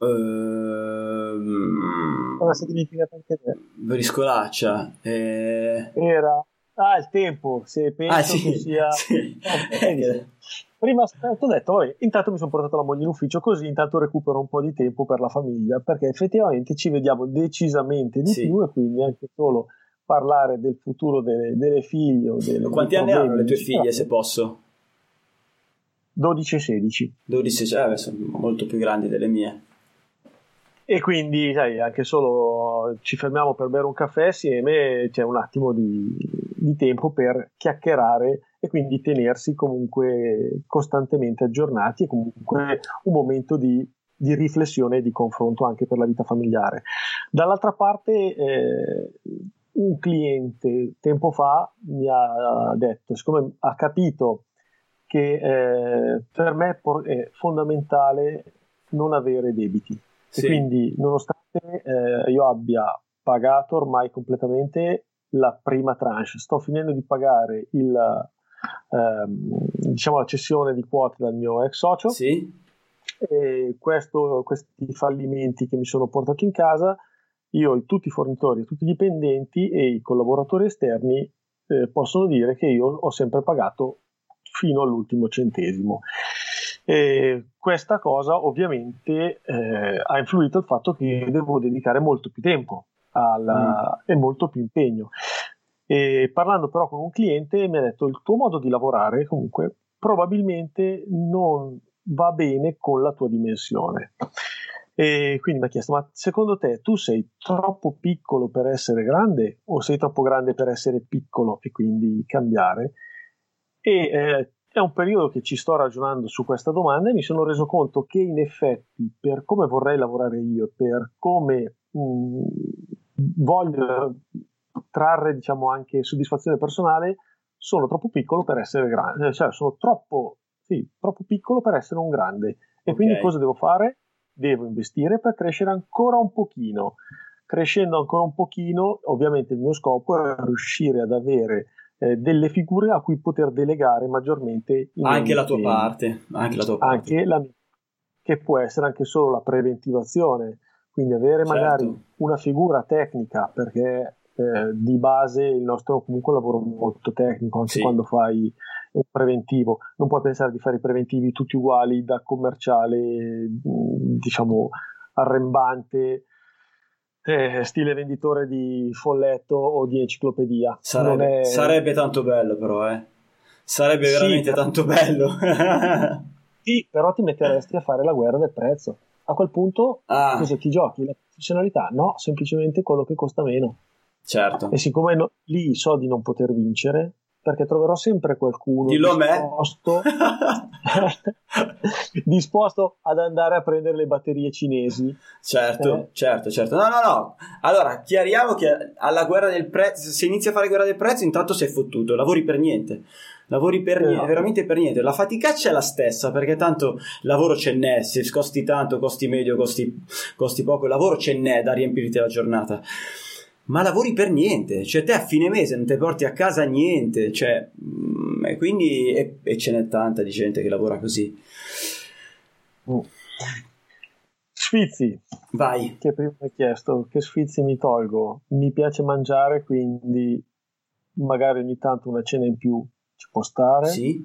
Speaker 1: Ehm...
Speaker 3: Ora si è dimenticata anche te.
Speaker 1: Briscolaccia. Eh...
Speaker 3: Era, ah, il tempo, se penso
Speaker 1: ah, sì,
Speaker 3: che sia...
Speaker 1: Sì.
Speaker 3: Okay. Prima ho detto, vabbè, intanto mi sono portato la moglie in ufficio, così intanto recupero un po' di tempo per la famiglia, perché effettivamente ci vediamo decisamente di sì. più, e quindi anche solo parlare del futuro delle, delle figlie o delle,
Speaker 1: quanti anni hanno le tue figlie, se posso?
Speaker 3: dodici e sedici.
Speaker 1: dodici, cioè, sono molto più grandi delle mie.
Speaker 3: E quindi, sai, anche solo ci fermiamo per bere un caffè assieme, c'è un attimo di, di tempo per chiacchierare e quindi tenersi comunque costantemente aggiornati, e comunque un momento di, di riflessione e di confronto anche per la vita familiare. Dall'altra parte, eh, un cliente tempo fa mi ha detto, siccome ha capito che eh, per me è fondamentale non avere debiti, sì. E quindi nonostante eh, io abbia pagato ormai completamente la prima tranche, sto finendo di pagare il, ehm, diciamo la cessione di quote dal mio ex socio,
Speaker 1: sì.
Speaker 3: E questo, questi fallimenti che mi sono portato in casa, io, tutti i fornitori, tutti i dipendenti e i collaboratori esterni eh, possono dire che io ho sempre pagato fino all'ultimo centesimo. E questa cosa ovviamente eh, ha influito il fatto che devo dedicare molto più tempo alla, mm. e molto più impegno. E parlando però con un cliente mi ha detto: il tuo modo di lavorare comunque probabilmente non va bene con la tua dimensione. E quindi mi ha chiesto: ma secondo te tu sei troppo piccolo per essere grande o sei troppo grande per essere piccolo e quindi cambiare? E eh, è un periodo che ci sto ragionando su questa domanda e mi sono reso conto che in effetti, per come vorrei lavorare io, per come mh, voglio trarre, diciamo, anche soddisfazione personale, sono troppo piccolo per essere grande, cioè sono troppo, sì, troppo piccolo per essere un grande. E okay. Quindi cosa devo fare? Devo investire per crescere ancora un pochino. Crescendo ancora un pochino, ovviamente il mio scopo è riuscire ad avere eh, delle figure a cui poter delegare maggiormente
Speaker 1: anche la tua parte, anche la tua parte.
Speaker 3: Anche la mia, che può essere anche solo la preventivazione, quindi avere
Speaker 1: certo.
Speaker 3: magari una figura tecnica, perché eh, di base il nostro comunque lavoro molto tecnico, anche sì. Quando fai un preventivo, non puoi pensare di fare i preventivi tutti uguali, da commerciale, diciamo, arrembante, eh, stile venditore di folletto o di enciclopedia.
Speaker 1: Sarebbe, è... sarebbe tanto bello, però, eh. Sarebbe sì, veramente però... tanto bello.
Speaker 3: Sì, però ti metteresti a fare la guerra del prezzo. A quel punto, ah. cosa ti giochi? La professionalità? No, semplicemente quello che costa meno.
Speaker 1: Certo.
Speaker 3: E siccome no, lì so di non poter vincere, perché troverò sempre qualcuno
Speaker 1: Dillo
Speaker 3: disposto, disposto ad andare a prendere le batterie cinesi.
Speaker 1: Certo, eh? certo, certo. No, no, no. Allora, chiariamo che alla guerra del prezzo, se inizi a fare guerra del prezzo, intanto sei fottuto, lavori per niente. Lavori per niente, veramente per niente. La faticaccia è la stessa, perché tanto lavoro ce n'è, se costi tanto, costi medio, costi, costi poco, il lavoro ce n'è da riempirti la giornata. Ma lavori per niente, cioè te a fine mese non ti porti a casa niente, cioè, e quindi e, e ce n'è tanta di gente che lavora così.
Speaker 3: Mm. Sfizi.
Speaker 1: Vai.
Speaker 3: Che prima mi hai chiesto, che sfizi mi tolgo? Mi piace mangiare, quindi magari ogni tanto una cena in più ci può stare.
Speaker 1: Sì.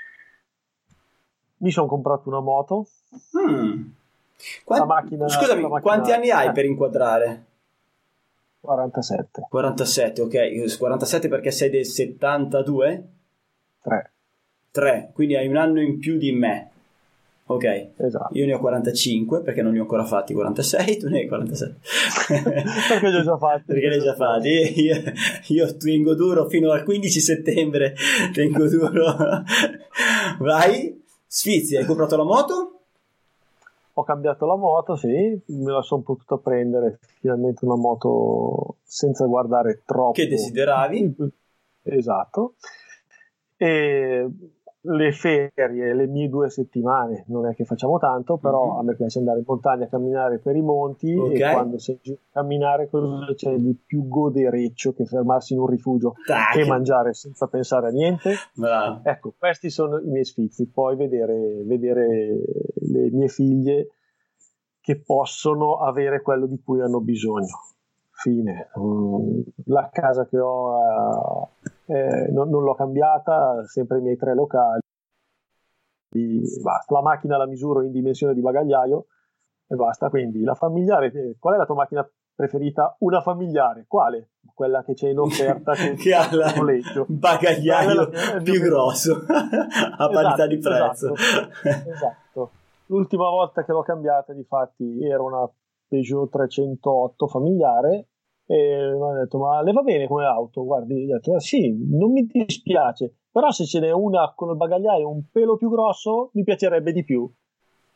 Speaker 3: Mi sono comprato una moto.
Speaker 1: Mm. Quant-
Speaker 3: la macchina,
Speaker 1: Scusami,
Speaker 3: la macchina,
Speaker 1: quanti anni hai
Speaker 3: eh.
Speaker 1: per inquadrare?
Speaker 3: quarantasette.
Speaker 1: quarantasette, ok. quarantasette perché sei del settantadue?
Speaker 3: tre.
Speaker 1: tre, quindi hai un anno in più di me. Ok.
Speaker 3: Esatto.
Speaker 1: Io ne ho quarantacinque perché non ne ho ancora fatti quarantasei, tu ne hai quarantasette.
Speaker 3: Perché li ho già fatti.
Speaker 1: Perché li hai già fatti. Io, io tengo duro fino al quindici settembre, tengo duro. Vai, Sfizi, hai comprato la moto?
Speaker 3: Ho cambiato la moto, sì, me la sono potuta prendere finalmente una moto senza guardare troppo.
Speaker 1: Che desideravi?
Speaker 3: Esatto. E le ferie, le mie due settimane, non è che facciamo tanto, però mm-hmm. a me piace andare in montagna a camminare per i monti, okay. E quando sei giù a camminare cosa c'è di più godereccio che fermarsi in un rifugio Tac. E mangiare senza pensare a niente.
Speaker 1: Bravo.
Speaker 3: Ecco, questi sono i miei sfizi. Poi vedere, vedere le mie figlie che possono avere quello di cui hanno bisogno. Fine. La casa che ho eh, non, non l'ho cambiata, sempre i miei tre locali. Basta. La macchina la misuro in dimensione di bagagliaio e basta. Quindi la familiare, qual è la tua macchina preferita? Una familiare, quale? Quella che c'è in offerta
Speaker 1: che ha il bagagliaio la, più grosso a parità esatto, di prezzo.
Speaker 3: Esatto, esatto. L'ultima volta che l'ho cambiata, difatti, era una Peugeot trecentootto familiare e mi hanno detto: ma le va bene come auto? Guardi, ho detto: sì, non mi dispiace, però se ce n'è una con il bagagliaio un pelo più grosso mi piacerebbe di più.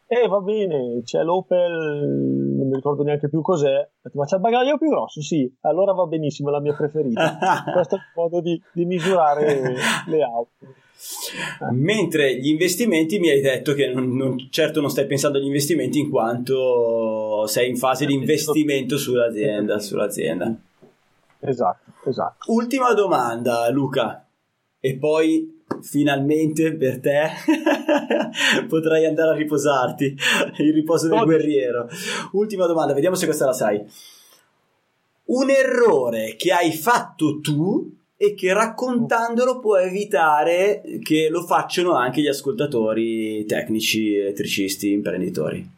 Speaker 3: Eh, va bene, c'è l'Opel, non mi ricordo neanche più cos'è, ma c'è il bagaglio più grosso, sì, allora va benissimo, è la mia preferita. Questo è il modo di, di misurare le auto.
Speaker 1: Mentre gli investimenti mi hai detto che non, non, certo non stai pensando agli investimenti in quanto sei in fase di investimento sull'azienda, sull'azienda.
Speaker 3: Esatto, esatto.
Speaker 1: Ultima domanda, Luca, e poi finalmente per te potrai andare a riposarti, il riposo del guerriero. Ultima domanda, vediamo se questa la sai. Un errore che hai fatto tu e che raccontandolo può evitare che lo facciano anche gli ascoltatori tecnici, elettricisti, imprenditori.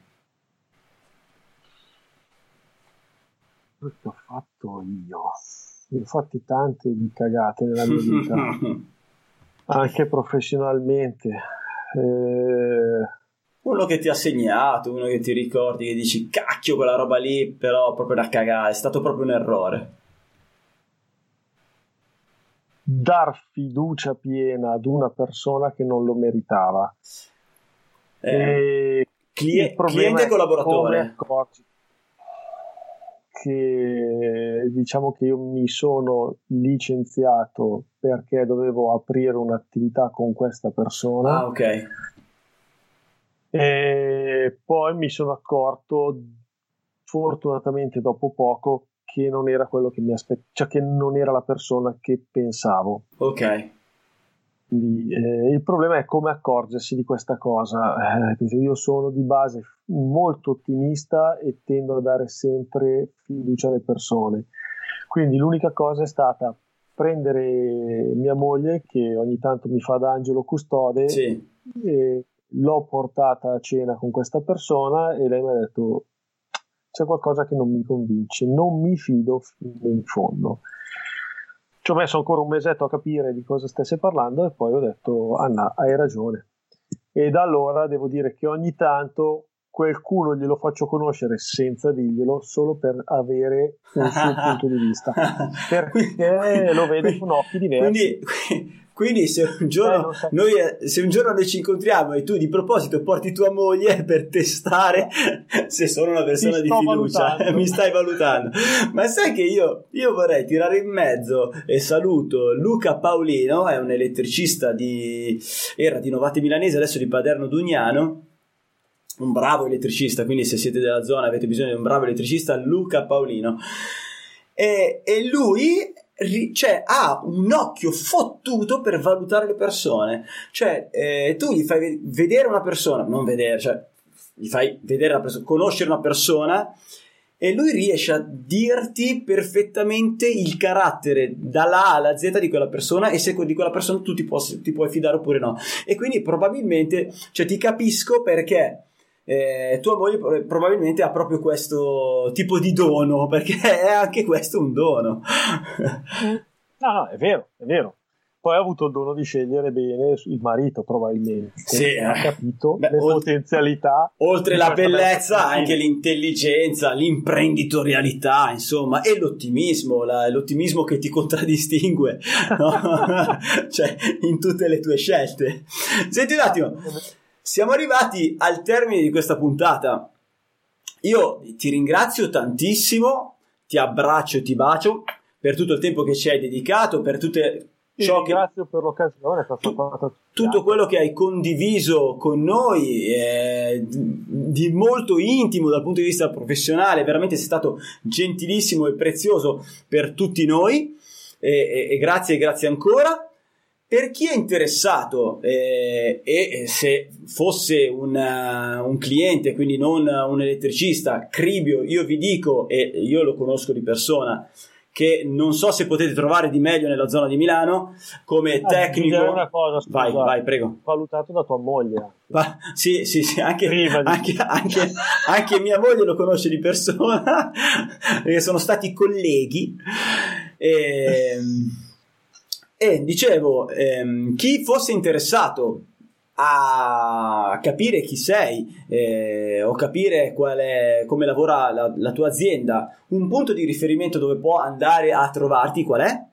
Speaker 3: Quello che ho fatto io, ne ho fatti tante di cagate nella mia vita, anche professionalmente. Eh...
Speaker 1: Uno che ti ha segnato, uno che ti ricordi, che dici cacchio quella roba lì, però proprio da cagare, è stato proprio un errore.
Speaker 3: Dar fiducia piena ad una persona che non lo meritava.
Speaker 1: Eh,
Speaker 3: e
Speaker 1: cliente, cliente e collaboratore.
Speaker 3: Che diciamo che io mi sono licenziato perché dovevo aprire un'attività con questa persona.
Speaker 1: Ah, ok.
Speaker 3: E poi mi sono accorto, fortunatamente dopo poco, che non era quello che mi aspettavo, cioè che non era la persona che pensavo.
Speaker 1: Ok.
Speaker 3: Quindi, eh, il problema è come accorgersi di questa cosa. Eh, io sono di base molto ottimista e tendo a dare sempre fiducia alle persone. Quindi l'unica cosa è stata prendere mia moglie, che ogni tanto mi fa da angelo custode,
Speaker 1: sì.
Speaker 3: E l'ho portata a cena con questa persona e lei mi ha detto: c'è qualcosa che non mi convince, non mi fido fino in fondo. Ci ho messo ancora un mesetto a capire di cosa stesse parlando e poi ho detto: Anna, hai ragione. E da allora devo dire che ogni tanto qualcuno glielo faccio conoscere senza dirglielo, solo per avere un suo punto di vista, perché lo vede con occhi diversi.
Speaker 1: Quindi, quindi se un giorno eh, noi se un giorno noi ci incontriamo e tu di proposito porti tua moglie per testare se sono una persona di fiducia, mi stai valutando. Ma sai che io, io vorrei tirare in mezzo e saluto Luca Paolino, è un elettricista di era di Novate Milanese, adesso di Paderno Dugnano, un bravo elettricista, quindi se siete della zona avete bisogno di un bravo elettricista, Luca Paolino. E, e lui cioè, ha un occhio fottuto per valutare le persone. Cioè, eh, tu gli fai vedere una persona, non vedere, cioè gli fai vedere una persona, conoscere una persona, e lui riesce a dirti perfettamente il carattere dalla A alla Z di quella persona, e se di quella persona tu ti, puoi, ti puoi fidare oppure no. E quindi probabilmente, cioè ti capisco perché Eh, tua moglie probabilmente ha proprio questo tipo di dono, perché è anche questo un dono.
Speaker 3: No, no, è vero, è vero. Poi ha avuto il dono di scegliere bene il marito, probabilmente.
Speaker 1: Sì,
Speaker 3: ha capito
Speaker 1: beh,
Speaker 3: le oltre, potenzialità.
Speaker 1: Oltre la bellezza, anche l'intelligenza, l'imprenditorialità, insomma, e l'ottimismo, la, l'ottimismo che ti contraddistingue, no? Cioè, in tutte le tue scelte. Senti un attimo. Siamo arrivati al termine di questa puntata. Io ti ringrazio tantissimo, ti abbraccio e ti bacio per tutto il tempo che ci hai dedicato, per tutte ciò che,
Speaker 3: ringrazio per l'occasione,
Speaker 1: tu, tutto quello che hai condiviso con noi, eh, di molto intimo dal punto di vista professionale. Veramente sei stato gentilissimo e prezioso per tutti noi, e, e, e grazie e grazie ancora. Per chi è interessato, eh, e se fosse un, uh, un cliente, quindi non un elettricista, Cribio, io vi dico, e io lo conosco di persona, che non so se potete trovare di meglio nella zona di Milano come ah, tecnico.
Speaker 3: Una cosa, scusa,
Speaker 1: vai, vai, prego.
Speaker 3: Valutato da tua moglie.
Speaker 1: Va, sì, sì, sì, anche, anche, anche, anche mia moglie lo conosce di persona, perché sono stati colleghi. E, E dicevo, ehm, chi fosse interessato a capire chi sei, eh, o capire qual è, come lavora la, la tua azienda, un punto di riferimento dove può andare a trovarti, qual è?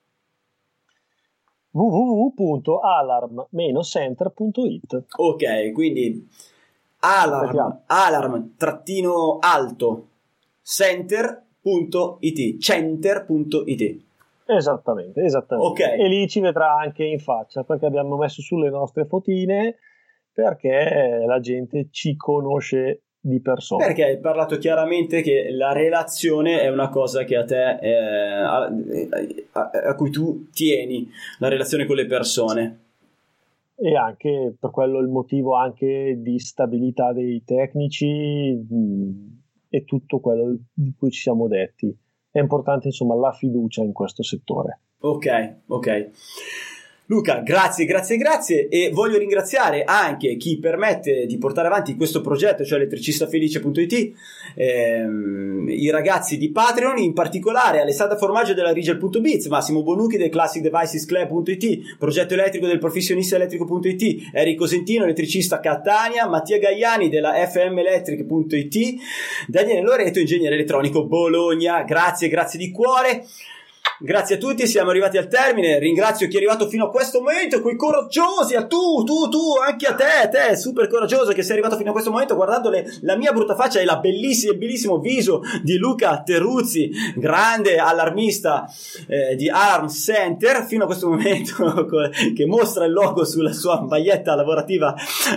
Speaker 3: w w w punto alarm center punto it.
Speaker 1: Ok, quindi alarm, alarm trattino alto center punto it center punto it.
Speaker 3: Esattamente, esattamente.
Speaker 1: Okay.
Speaker 3: E lì ci vedrà anche in faccia, perché abbiamo messo sulle nostre fotine, perché la gente ci conosce di persona.
Speaker 1: Perché hai parlato chiaramente che la relazione è una cosa che a te eh, a, a, a cui tu tieni, la relazione con le persone.
Speaker 3: E anche per quello il motivo anche di stabilità dei tecnici mh, e tutto quello di cui ci siamo detti. È importante, insomma, la fiducia in questo settore.
Speaker 1: Ok, ok. Luca, grazie, grazie, grazie, e voglio ringraziare anche chi permette di portare avanti questo progetto, cioè elettricistafelice punto it, ehm, i ragazzi di Patreon, in particolare Alessandra Formaggio della Rigel punto biz, Massimo Bonucchi del classic devices club punto it, progetto elettrico del professionista elettrico punto it, Enrico Sentino, elettricista Catania, Mattia Gaiani della f m electric punto it, Daniele Loreto, ingegnere elettronico Bologna. Grazie, grazie di cuore. Grazie a tutti, siamo arrivati al termine. Ringrazio chi è arrivato fino a questo momento, quei coraggiosi, a tu, tu, tu, anche a te, te, super coraggioso che sei arrivato fino a questo momento guardando le, la mia brutta faccia e la bellissima, il bellissimo viso di Luca Terruzzi, grande allarmista eh, di Alarm Center, fino a questo momento che mostra il logo sulla sua maglietta lavorativa.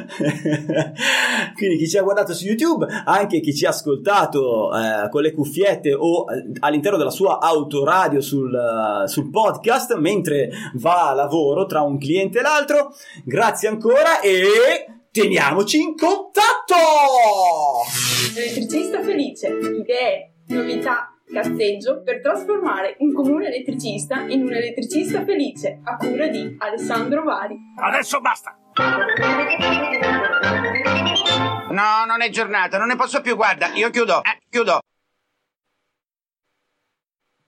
Speaker 1: Quindi chi ci ha guardato su YouTube, anche chi ci ha ascoltato eh, con le cuffiette o all'interno della sua autoradio sul sul podcast mentre va a lavoro tra un cliente e l'altro, grazie ancora e teniamoci in contatto.
Speaker 2: Elettricista felice, idee, novità, cazzeggio per trasformare un comune elettricista in un elettricista felice, a cura di Alessandro Bari.
Speaker 4: Adesso basta. No, non è giornata, non ne posso più, guarda, io chiudo, eh, chiudo.